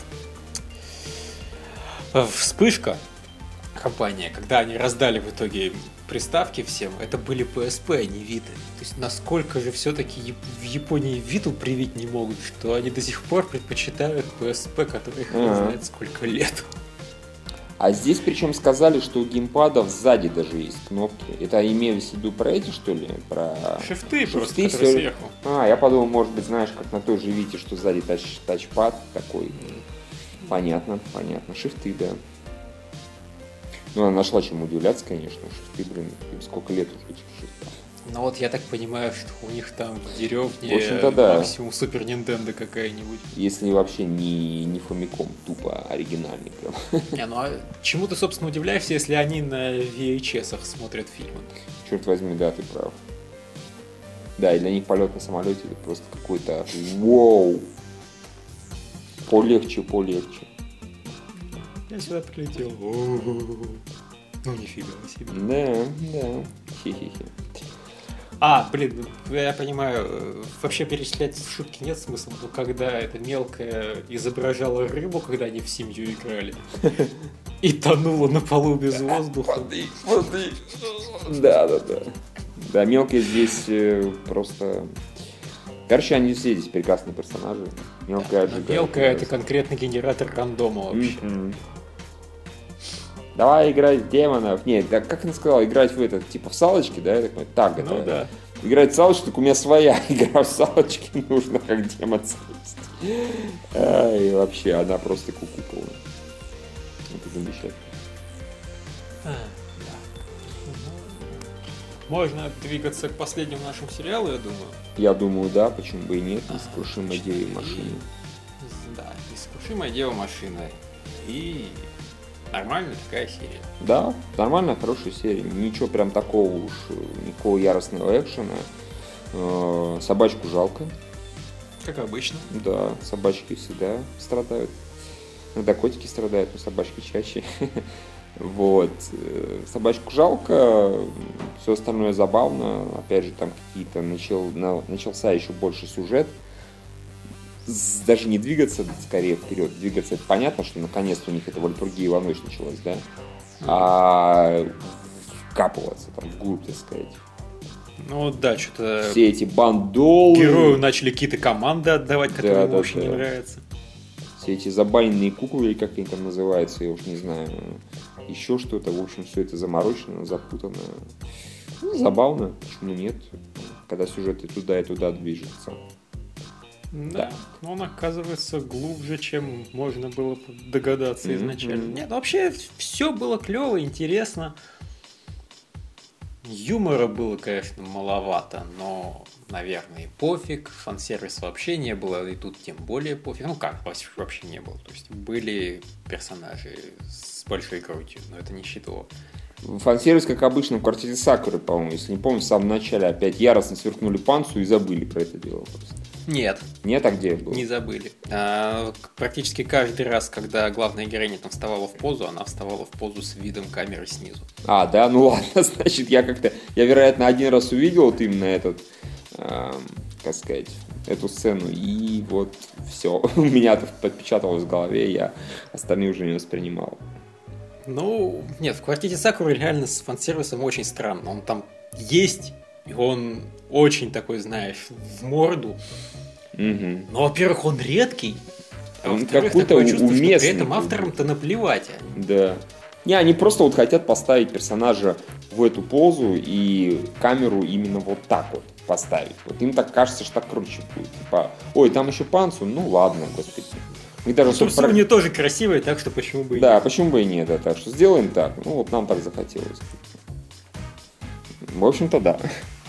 Вспышка, компания, когда они раздали в итоге приставки всем, это были пи эс пи, а не Vita. То есть насколько же все-таки в Японии Vita привить не могут, что они до сих пор предпочитают пи эс пи, который хрен
А-а-а.
знает сколько лет.
А здесь причем сказали, что у геймпадов сзади даже есть кнопки. Это имелось в виду про эти, что ли? Про
Шифты,
шифты
просто, которые
всё-
сверху.
А, я подумал, может быть, знаешь, как на той же Вите, что сзади тач, тачпад такой. Понятно, понятно. Шифты, да. Ну, она нашла чем удивляться, конечно. Шифты, блин, им сколько лет уже этих шифтов.
Но вот я так понимаю, что у них там в деревне
В общем-то, да.
максимум Супер Нинтендо какая-нибудь.
Если вообще не, не Famicom, тупо оригинальный прям.
Не, ну а чему ты, собственно, удивляешься, если они на ви эйч эсах смотрят фильмы?
Черт возьми, да, ты прав. Да, и для них полет на самолете это просто какой-то вау. Полегче, полегче.
Я сюда прилетел. Ну, нифига себе.
Да, да. Хе-хе-хе.
А, блин, я понимаю, э, вообще перечислять шутки нет смысла, но когда эта мелкая изображала рыбу, когда они в семью играли, и тонула на полу без воздуха.
Воды, воды. Да, да, да. Да, мелкая здесь э, просто... Короче, они все здесь прекрасные персонажи. Мелкая
Но
отжигает.
мелкая это конкретно генератор рандома вообще.
М-м. Давай играть в демонов. Нет, да, как она сказала, играть в этот, типа в салочки, да? Я так понимаю, так
Ну
это.
да.
Играть в салочки, так у меня своя игра в салочки нужно, как демон съесть. Ай, вообще, она просто куку полная. Это замечательно.
А, да. Ну, можно двигаться к последнему нашему сериалу, я думаю.
Я думаю, да, почему бы и нет.
Ага,
Нескрушимая
точно.
дева машины.
Да, нескрушимая дева машина. И нормальная такая серия.
Да, нормальная, хорошая серия. Ничего прям такого уж, никакого яростного экшена. Э, Собачку жалко.
Как обычно.
Да, собачки всегда страдают. Иногда котики страдают, но собачки чаще. Вот. Э, Собачку жалко, все остальное забавно. Опять же, там какие-то начал, на- начался еще больше сюжет. С- Даже не двигаться скорее вперед, двигаться это понятно, что наконец-то у них эта вальпургия во ночь началась, да? А вкапываться там вглубь, так сказать.
Ну да, что-то
Все эти бандолы.
герою начали какие-то команды отдавать, которые
Да,
ему
да,
вообще
да.
не нравятся.
Все эти забайенные куклы, или как они там называются, я уж не знаю. Еще что-то. В общем, все это заморочено, запутано. Ну, забавно, почему нет, когда сюжет и туда, и туда движется.
Да, но он оказывается глубже, чем можно было догадаться
Мгм,
изначально.
мгм.
Нет, ну вообще все было клево, интересно. Юмора было, конечно, маловато, но, наверное, и пофиг. Фан-сервис вообще не было, и тут тем более пофиг. Ну как, вообще не было. То есть были персонажи с большой грудью, но это не считало.
Фан-сервис, как обычно, в квартире Сакуры, по-моему, если не помню, в самом начале опять яростно сверкнули панцу и забыли про это дело просто.
Нет,
Нет, а где было?
не забыли. А, к- практически каждый раз, когда главная героиня там вставала в позу, она вставала в позу с видом камеры снизу.
А, да, ну ладно, значит, я как-то, я, вероятно, один раз увидел вот именно этот, эм, как сказать, эту сцену, и вот все, у меня это подпечаталось в голове, я остальные уже не воспринимал.
Ну, нет, в квартире Сакуры реально с фан-сервисом очень странно. Он там есть, и он очень такой, знаешь, в морду.
Мгм.
Но, во-первых, он редкий. А
Он
во-вторых,
какой-то
такое чувство, что при
уместный
этом
как
авторам-то наплевать.
Да. Не, они просто вот хотят поставить персонажа в эту позу и камеру именно вот так вот поставить. Вот им так кажется, что так круче будет. Типа, ой, там еще панцу, ну ладно, господи. И даже
Трусы
особо
у нее тоже красивые, так что почему бы и
Да,
нет.
почему бы и нет, да, так что сделаем так. Ну вот нам так захотелось. В общем-то, да.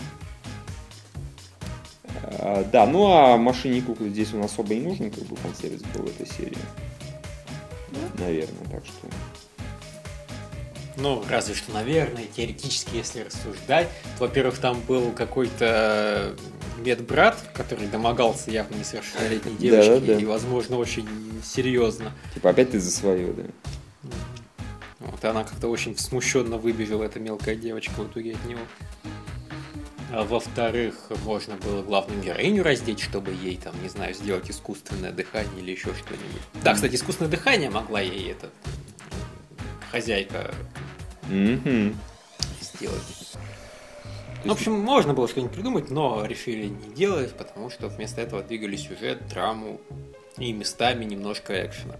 А, Да, ну а машине и куклы здесь он особо не нужен, как бы фан-сервис был в этой серии. Наверное, так что.
Ну, разве что, наверное, теоретически, если рассуждать, то, во-первых, там был какой-то медбрат, который домогался явно несовершеннолетней девочки,
Да, да, да.
и, возможно, очень серьезно.
Типа опять ты за свое, да?
Вот, и она как-то очень смущенно выбежала, эта мелкая девочка, в итоге от него. А во-вторых, можно было главную героиню раздеть, чтобы ей, там, не знаю, сделать искусственное дыхание или еще что-нибудь. Да, кстати, искусственное дыхание могла ей эта хозяйка
Mm-hmm.
сделать. В общем, можно было что-нибудь придумать, но решили не делать, потому что вместо этого двигали сюжет, драму и местами немножко экшена.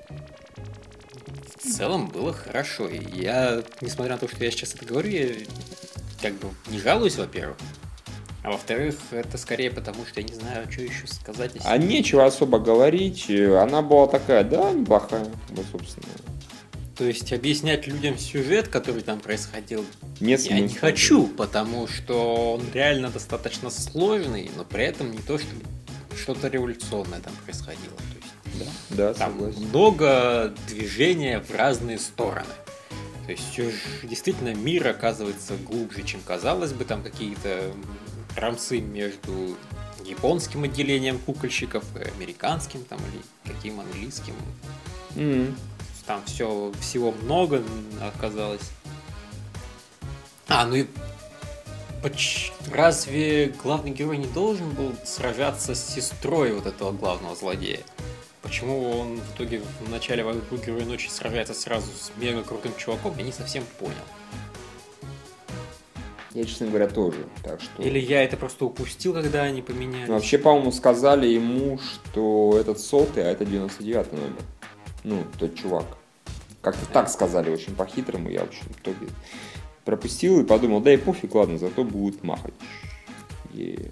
В целом было хорошо. И я, несмотря на то, что я сейчас это говорю, я как бы не жалуюсь, во-первых. А во-вторых, это скорее потому, что я не знаю, что еще сказать.
А нечего особо говорить. Она была такая, да, неплохая, вот, собственно.
То есть объяснять людям сюжет, который там происходил,
Нет
я не
смысла.
хочу, потому что он реально достаточно сложный, но при этом не то, чтобы что-то революционное там происходило. То есть,
Да, да,
там
согласен.
много движения в разные стороны. То есть сюж- действительно мир оказывается глубже, чем казалось бы. Там какие-то рамсы между японским отделением кукольщиков и американским, там, или каким английским.
М.
Там все, всего много оказалось. А, ну и поч- разве главный герой не должен был сражаться с сестрой вот этого главного злодея? Почему он в итоге в начале «Войны Героя Ночи» сражается сразу с мега крутым чуваком, я не совсем понял.
Я, честно говоря, тоже. Так что...
Или я это просто упустил, когда они поменялись?
Ну, вообще, по-моему, сказали ему, что этот сотый, а это девяносто девятый номер. Ну, тот чувак. Как-то так сказали, очень по-хитрому. Я, в общем, в итоге пропустил и подумал, да и пофиг, ладно, зато будет махать. И...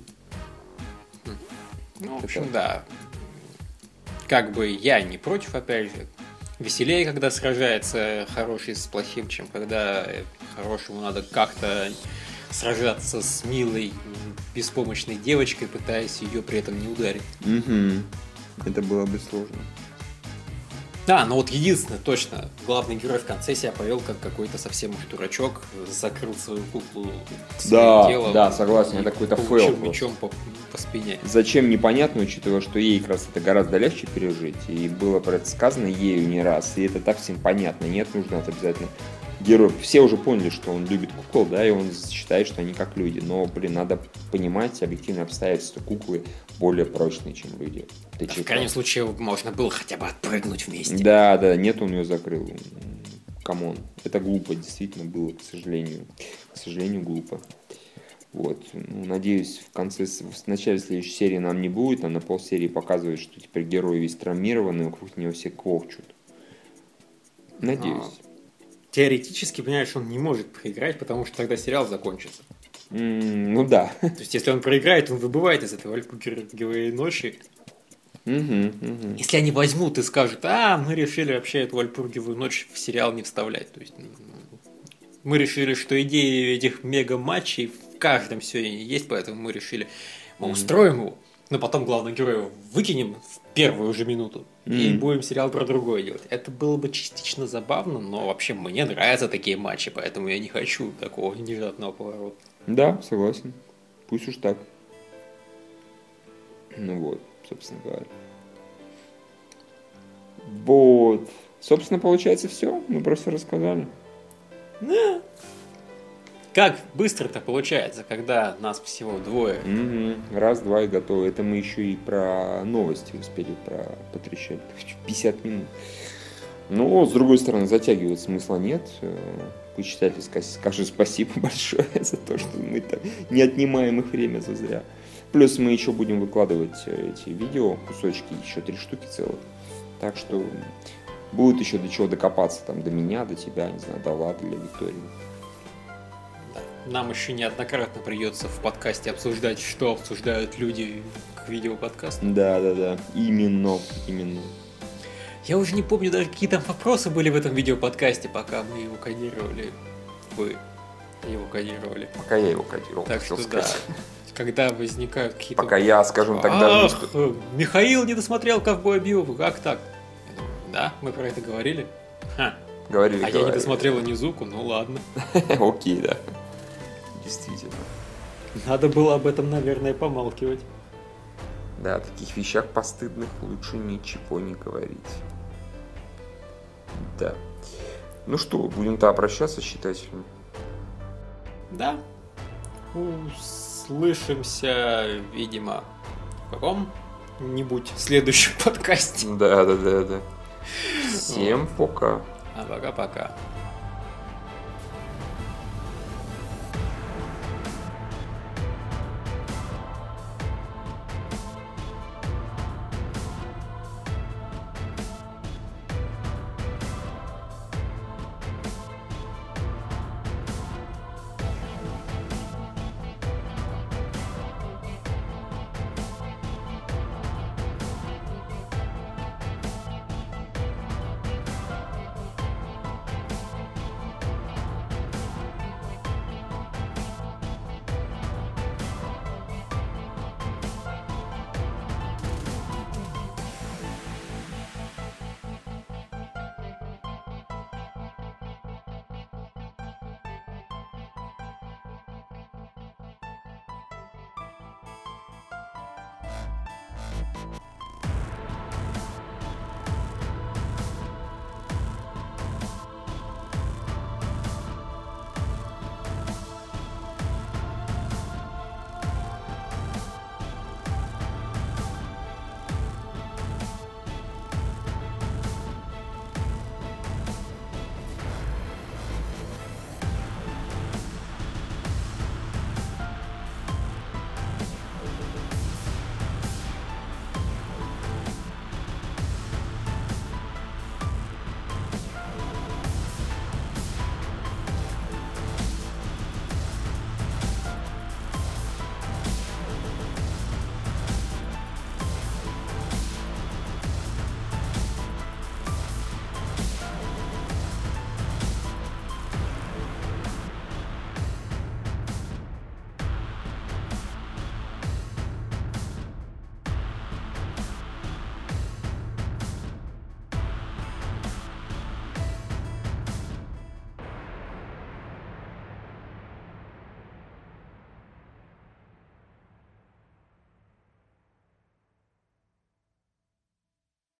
Ну, в общем, да. Как бы я не против, опять же. Веселее, когда сражается хороший с плохим, чем когда хорошему надо как-то сражаться с милой, беспомощной девочкой, пытаясь ее при этом не ударить.
Угу. Это было бы сложно.
Да, но вот единственное, точно, главный герой в конце себя повел как какой-то совсем уж дурачок, закрыл свою куклу своим
Да,
телом.
да, согласен, это какой-то фейл просто.
Мечом по, по спине.
Зачем, непонятно, учитывая, что ей как раз это гораздо легче пережить, и было про это сказано ею не раз, и это так всем понятно, нет, нужно это обязательно герой. Все уже поняли, что он любит кукол, да, и он считает, что они как люди, но, блин, надо понимать объективные обстоятельства, куклы более прочные, чем люди. Ты
В крайнем случае можно было хотя бы отпрыгнуть вместе.
Да, да, нет, он ее закрыл. Камон. Это глупо, действительно было, к сожалению. К сожалению, глупо. Вот. Ну, надеюсь, в конце, в начале следующей серии нам не будет, а на полсерии показывает, что теперь герой весь травмированный, вокруг него все квохчут. Надеюсь.
А, теоретически, понимаешь, он не может проиграть, потому что тогда сериал закончится.
Mm, ну да.
То есть, если он проиграет, он выбывает из этой Вальпургиевой ночи.
Угу, угу.
Если они возьмут и скажут, а, мы решили вообще эту Вальпургиевую ночь в сериал не вставлять. То есть, мы решили, что идеи этих мега-матчей в каждом сегодня есть, поэтому мы решили, мы mm-hmm. устроим его, но потом главного героя выкинем в первую же минуту mm-hmm. и будем сериал про другое делать. Это было бы частично забавно, но вообще мне нравятся такие матчи, поэтому я не хочу такого внезапного поворота.
Да, согласен. Пусть уж так. Ну вот, собственно говоря. Вот. Собственно, получается, все. Мы просто рассказали.
Да. Как быстро-то получается, когда нас всего двое.
Угу. Раз, два и готово. Это мы еще и про новости успели про потрещать. пятьдесят минут. Но, с другой стороны, затягивать смысла нет. Почитатель скажет спасибо большое за то, что мы не отнимаем их время зазря. Плюс мы еще будем выкладывать эти видео, кусочки, еще три штуки целых. Так что будет еще до чего докопаться, там, до меня, до тебя, не знаю, до Влада, для Виктории.
Нам еще неоднократно придется в подкасте обсуждать, что обсуждают люди к видеоподкасту.
Да, да, да. Именно, именно.
Я уже не помню даже, какие там вопросы были в этом видеоподкасте, пока мы его кодировали. Вы его кодировали.
Пока я его кодировал.
Так что да. Когда возникают какие-то...
Пока я, скажем так, даже...
Ах, что... Михаил не досмотрел «Ковбоя Бибопа», как так? Я думаю, да, мы про это говорили. Ха,
Говорили,
А я не досмотрела Низуку, ну ладно.
Окей, да. Действительно.
Надо было об этом, наверное, помалкивать.
Да, о таких вещах постыдных лучше ничего не говорить. Да. Ну что, будем тогда прощаться с читателями?
Да. Услышимся, видимо, в каком-нибудь следующем подкасте.
Да, да, да, да. Всем пока.
А пока-пока.